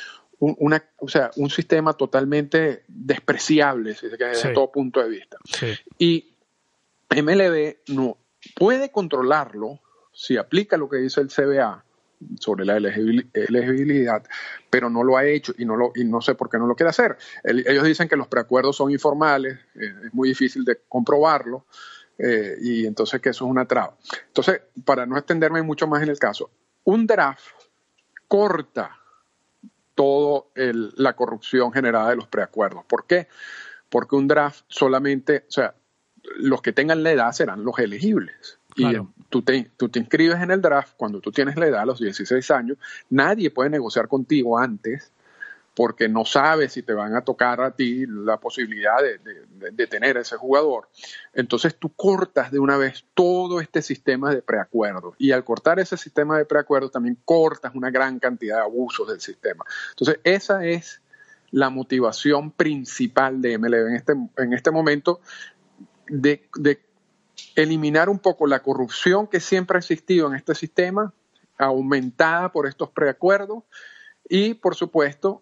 sistema totalmente despreciable desde todo punto de vista. Sí. Y MLB no puede controlarlo si aplica lo que dice el CBA sobre la elegibilidad, pero no lo ha hecho y no sé por qué no lo quiere hacer. Ellos dicen que los preacuerdos son informales, es muy difícil de comprobarlo y entonces que eso es una traba. Entonces, para no extenderme mucho más en el caso, un draft corta toda la corrupción generada de los preacuerdos. ¿Por qué? Porque un draft solamente, o sea, los que tengan la edad serán los elegibles. Claro. Y tú te inscribes en el draft cuando tú tienes la edad, a los 16 años, nadie puede negociar contigo antes porque no sabes si te van a tocar a ti la posibilidad de tener a ese jugador. Entonces tú cortas de una vez todo este sistema de preacuerdos y al cortar ese sistema de preacuerdos también cortas una gran cantidad de abusos del sistema. Entonces esa es la motivación principal de MLB en este momento de eliminar un poco la corrupción que siempre ha existido en este sistema, aumentada por estos preacuerdos y por supuesto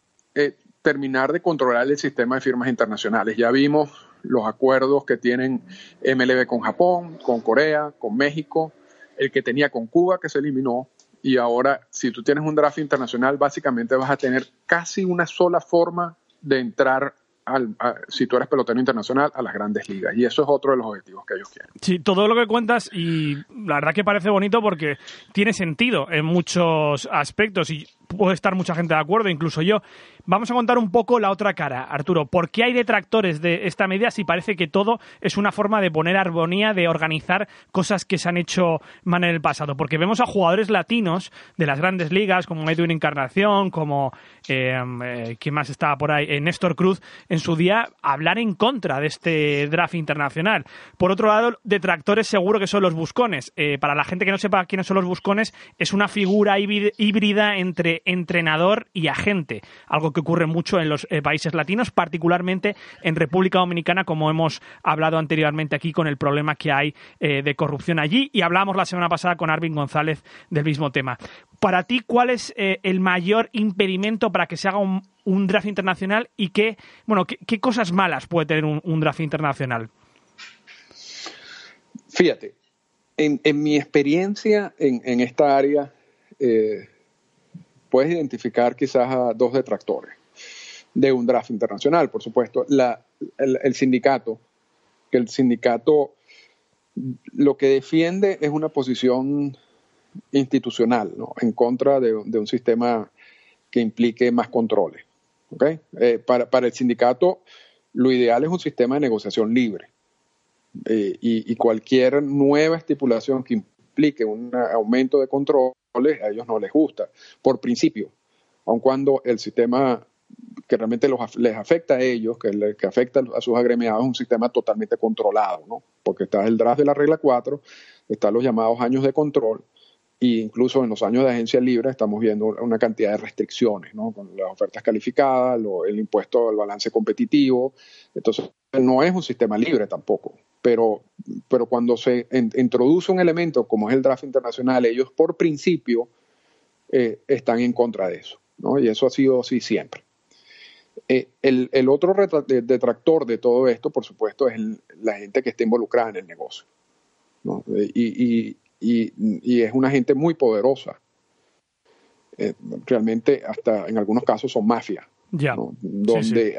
terminar de controlar el sistema de firmas internacionales. Ya vimos los acuerdos que tienen MLB con Japón, con Corea, con México, el que tenía con Cuba que se eliminó y ahora si tú tienes un draft internacional básicamente vas a tener casi una sola forma de entrar si tú eres pelotero internacional a las grandes ligas y eso es otro de los objetivos que ellos quieren. Sí, todo lo que cuentas y la verdad que parece bonito porque tiene sentido en muchos aspectos y puede estar mucha gente de acuerdo, incluso yo. Vamos a contar un poco la otra cara, Arturo. ¿Por qué hay detractores de esta medida si parece que todo es una forma de poner armonía, de organizar cosas que se han hecho mal en el pasado? Porque vemos a jugadores latinos de las grandes ligas, como Edwin Encarnación, como ¿quién más estaba por ahí? Néstor Cruz, en su día, hablar en contra de este draft internacional. Por otro lado, detractores seguro que son los buscones. Para la gente que no sepa quiénes son los buscones, es una figura híbrida entre entrenador y agente. Algo algo que ocurre mucho en los países latinos, particularmente en República Dominicana, como hemos hablado anteriormente aquí con el problema que hay de corrupción allí, y hablamos la semana pasada con Arvin González del mismo tema. Para ti, ¿cuál es el mayor impedimento para que se haga un draft internacional y qué cosas malas puede tener un draft internacional? Fíjate, en mi experiencia en esta área, puedes identificar quizás a dos detractores de un draft internacional. Por supuesto, el sindicato, que el sindicato lo que defiende es una posición institucional, ¿no?, en contra de un sistema que implique más controles. ¿Okay? Para el sindicato, lo ideal es un sistema de negociación libre. Y cualquier nueva estipulación que implique un aumento de controles, a ellos no les gusta, por principio, aun cuando el sistema que realmente les afecta a ellos, que afecta a sus agremiados, es un sistema totalmente controlado, ¿no? Porque está el draft de la regla 4, están los llamados años de control, e incluso en los años de agencia libre estamos viendo una cantidad de restricciones, ¿no?, con las ofertas calificadas, el impuesto al balance competitivo. Entonces no es un sistema libre tampoco, pero cuando se introduce un elemento como es el draft internacional, ellos por principio están en contra de eso, ¿no? Y eso ha sido así siempre. El otro detractor de todo esto, por supuesto, es la gente que está involucrada en el negocio, ¿no? Y es una gente muy poderosa. Realmente hasta en algunos casos son mafias, ¿no? Donde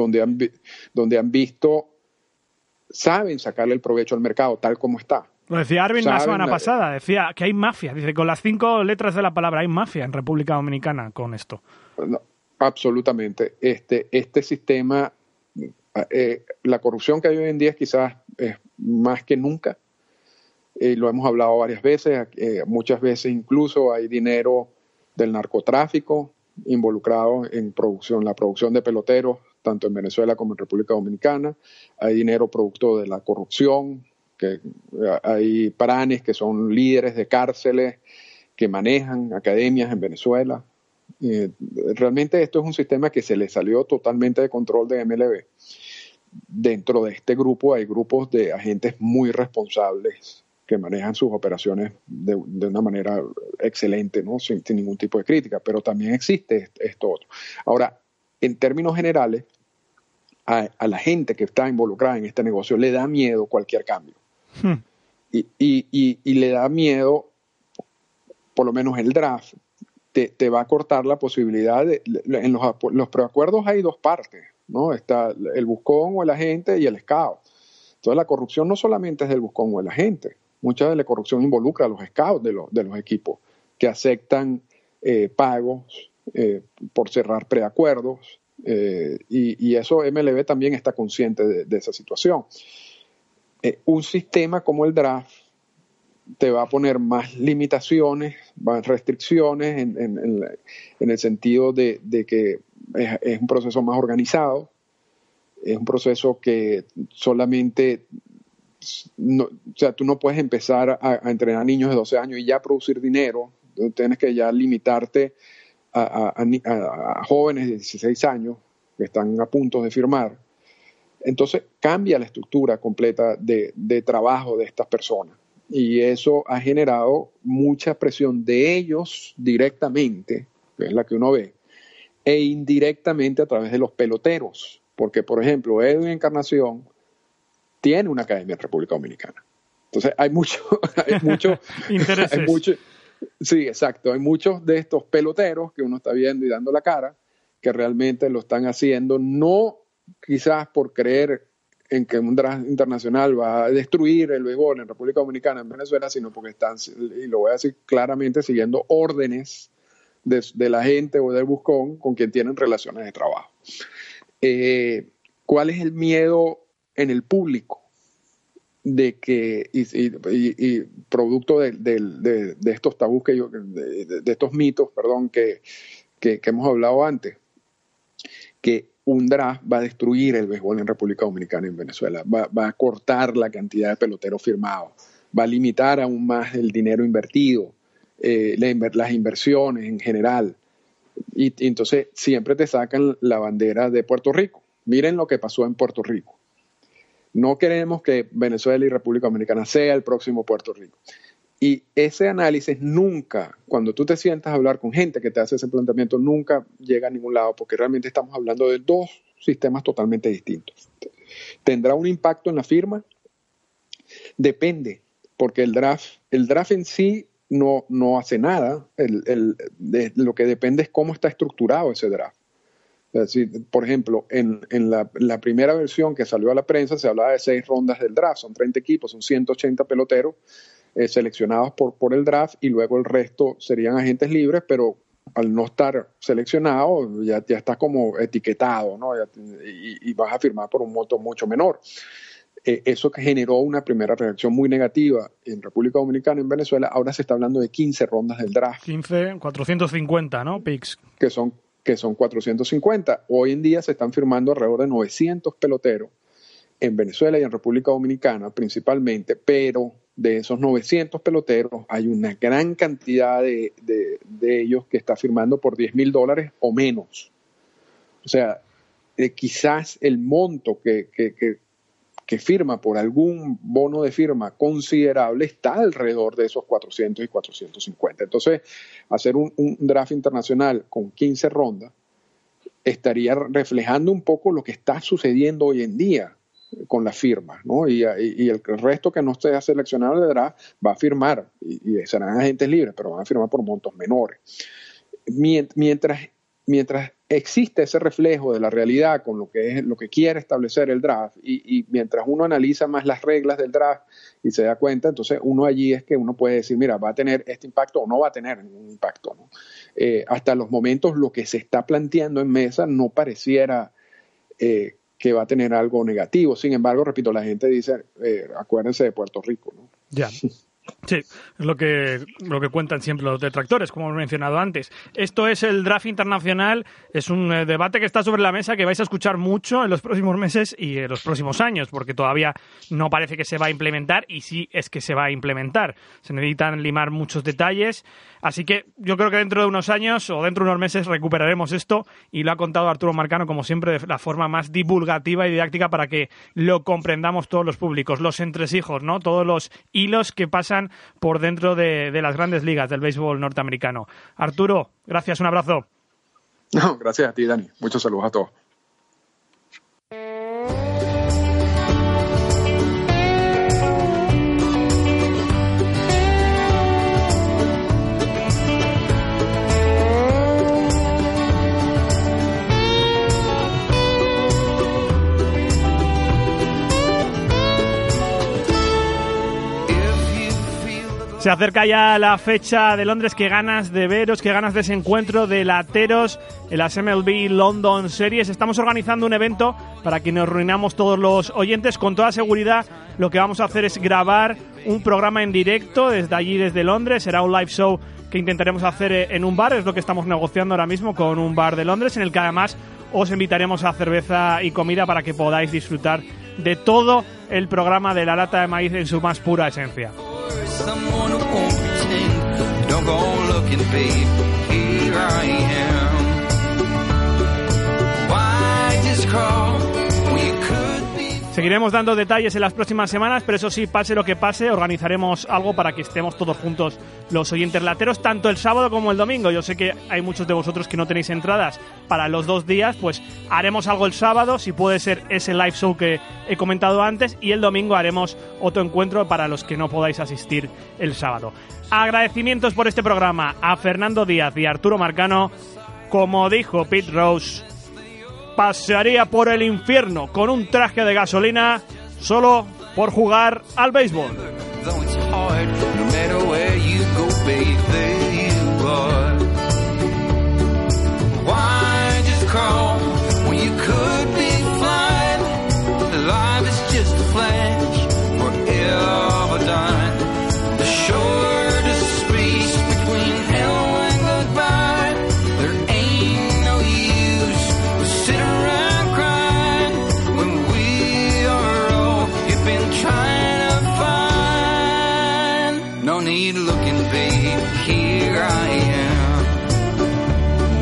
han visto, saben sacarle el provecho al mercado tal como está. Lo decía Arvin la semana pasada, decía que hay mafia. Dice, con las 5 letras de la palabra hay mafia en República Dominicana con esto. No, absolutamente. Este sistema, la corrupción que hay hoy en día quizás es más que nunca. Lo hemos hablado varias veces, muchas veces incluso hay dinero del narcotráfico involucrado en la producción de peloteros, tanto en Venezuela como en República Dominicana. Hay dinero producto de la corrupción, que hay paranes que son líderes de cárceles que manejan academias en Venezuela. Realmente esto es un sistema que se le salió totalmente de control de MLB. Dentro de este grupo hay grupos de agentes muy responsables que manejan sus operaciones de una manera excelente, ¿no?, sin ningún tipo de crítica, pero también existe esto otro. Ahora, en términos generales, a la gente que está involucrada en este negocio le da miedo cualquier cambio. Y le da miedo, por lo menos el draft, te va a cortar la posibilidad en los preacuerdos hay dos partes, ¿no? Está el buscón o el agente y el scout. Entonces la corrupción no solamente es del buscón o el agente, mucha de la corrupción involucra a los scouts de los equipos que aceptan pagos por cerrar preacuerdos, y eso MLB también está consciente de esa situación. Un sistema como el draft te va a poner más limitaciones, más restricciones en el sentido de que es un proceso más organizado, es un proceso que solamente, o sea, tú no puedes empezar a entrenar niños de 12 años y ya producir dinero, tienes que ya limitarte a jóvenes de 16 años que están a punto de firmar. Entonces cambia la estructura completa de trabajo de estas personas. Y eso ha generado mucha presión de ellos directamente, que es la que uno ve, e indirectamente a través de los peloteros. Porque, por ejemplo, Edwin Encarnación tiene una academia en República Dominicana. Entonces hay mucho intereses. Sí, exacto. Hay muchos de estos peloteros que uno está viendo y dando la cara, que realmente lo están haciendo, no quizás por creer en que un draft internacional va a destruir el béisbol en República Dominicana, en Venezuela, sino porque están, y lo voy a decir claramente, siguiendo órdenes de la gente o del buscón con quien tienen relaciones de trabajo. ¿Cuál es el miedo en el público? De que, y producto de estos tabús de estos mitos, perdón, que hemos hablado antes, que un draft va a destruir el béisbol en República Dominicana y en Venezuela, va a cortar la cantidad de peloteros firmados, va a limitar aún más el dinero invertido, las inversiones en general. Y entonces siempre te sacan la bandera de Puerto Rico. Miren lo que pasó en Puerto Rico. No queremos que Venezuela y República Dominicana sea el próximo Puerto Rico. Y ese análisis nunca, cuando tú te sientas a hablar con gente que te hace ese planteamiento, nunca llega a ningún lado, porque realmente estamos hablando de dos sistemas totalmente distintos. ¿Tendrá un impacto en la firma? Depende, porque el draft en sí no hace nada. Lo que depende es cómo está estructurado ese draft. Es decir, por ejemplo, en la primera versión que salió a la prensa se hablaba de 6 rondas del draft, son 30 equipos, son 180 peloteros seleccionados por el draft, y luego el resto serían agentes libres, pero al no estar seleccionado ya estás como etiquetado, ¿no? Y vas a firmar por un monto mucho menor. Eso que generó una primera reacción muy negativa en República Dominicana y en Venezuela. Ahora se está hablando de 15 rondas del draft. 15, 450, ¿no? Picks. Que son 450. Hoy en día se están firmando alrededor de 900 peloteros en Venezuela y en República Dominicana principalmente, pero de esos 900 peloteros hay una gran cantidad de ellos que está firmando por $10,000 o menos. O sea, quizás el monto que firma por algún bono de firma considerable está alrededor de esos 400 y 450. Entonces, hacer un draft internacional con 15 rondas estaría reflejando un poco lo que está sucediendo hoy en día con las firmas, ¿no? Y el resto que no esté seleccionado de draft va a firmar, y serán agentes libres, pero van a firmar por montos menores. Mientras existe ese reflejo de la realidad con lo que quiere establecer el draft, y mientras uno analiza más las reglas del draft y se da cuenta, entonces uno allí es que uno puede decir, mira, va a tener este impacto o no va a tener ningún impacto, ¿no? Hasta los momentos lo que se está planteando en mesa no pareciera que va a tener algo negativo. Sin embargo, repito, la gente dice, acuérdense de Puerto Rico, ¿no? Ya. Sí, es lo que cuentan siempre los detractores, como hemos mencionado antes. Esto es el draft internacional, es un debate que está sobre la mesa, que vais a escuchar mucho en los próximos meses y en los próximos años, porque todavía no parece que se va a implementar, y sí es que se va a implementar. Se necesitan limar muchos detalles, así que yo creo que dentro de unos años o dentro de unos meses recuperaremos esto, y lo ha contado Arturo Marcano, como siempre, de la forma más divulgativa y didáctica para que lo comprendamos todos los públicos, los entresijos, ¿no? Todos los hilos que pasan por dentro de las grandes ligas del béisbol norteamericano. Arturo, gracias, un abrazo. No, gracias a ti, Dani. Muchos saludos a todos. Se acerca ya la fecha de Londres. Qué ganas de veros, qué ganas de ese encuentro de lateros en las MLB London Series. Estamos organizando un evento para que nos reunamos todos los oyentes. Con toda seguridad lo que vamos a hacer es grabar un programa en directo desde allí, desde Londres. Será un live show que intentaremos hacer en un bar, es lo que estamos negociando ahora mismo con un bar de Londres, en el que además os invitaremos a cerveza y comida para que podáis disfrutar de todo el programa de La Lata de Maíz en su más pura esencia. Seguiremos dando detalles en las próximas semanas, pero eso sí, pase lo que pase, organizaremos algo para que estemos todos juntos los oyentes lateros, tanto el sábado como el domingo. Yo sé que hay muchos de vosotros que no tenéis entradas para los 2 días, pues haremos algo el sábado, si puede ser ese live show que he comentado antes, y el domingo haremos otro encuentro para los que no podáis asistir el sábado. Agradecimientos por este programa a Fernando Díaz y a Arturo Marcano. Como dijo Pete Rose, pasearía por el infierno con un traje de gasolina solo por jugar al béisbol.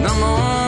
No more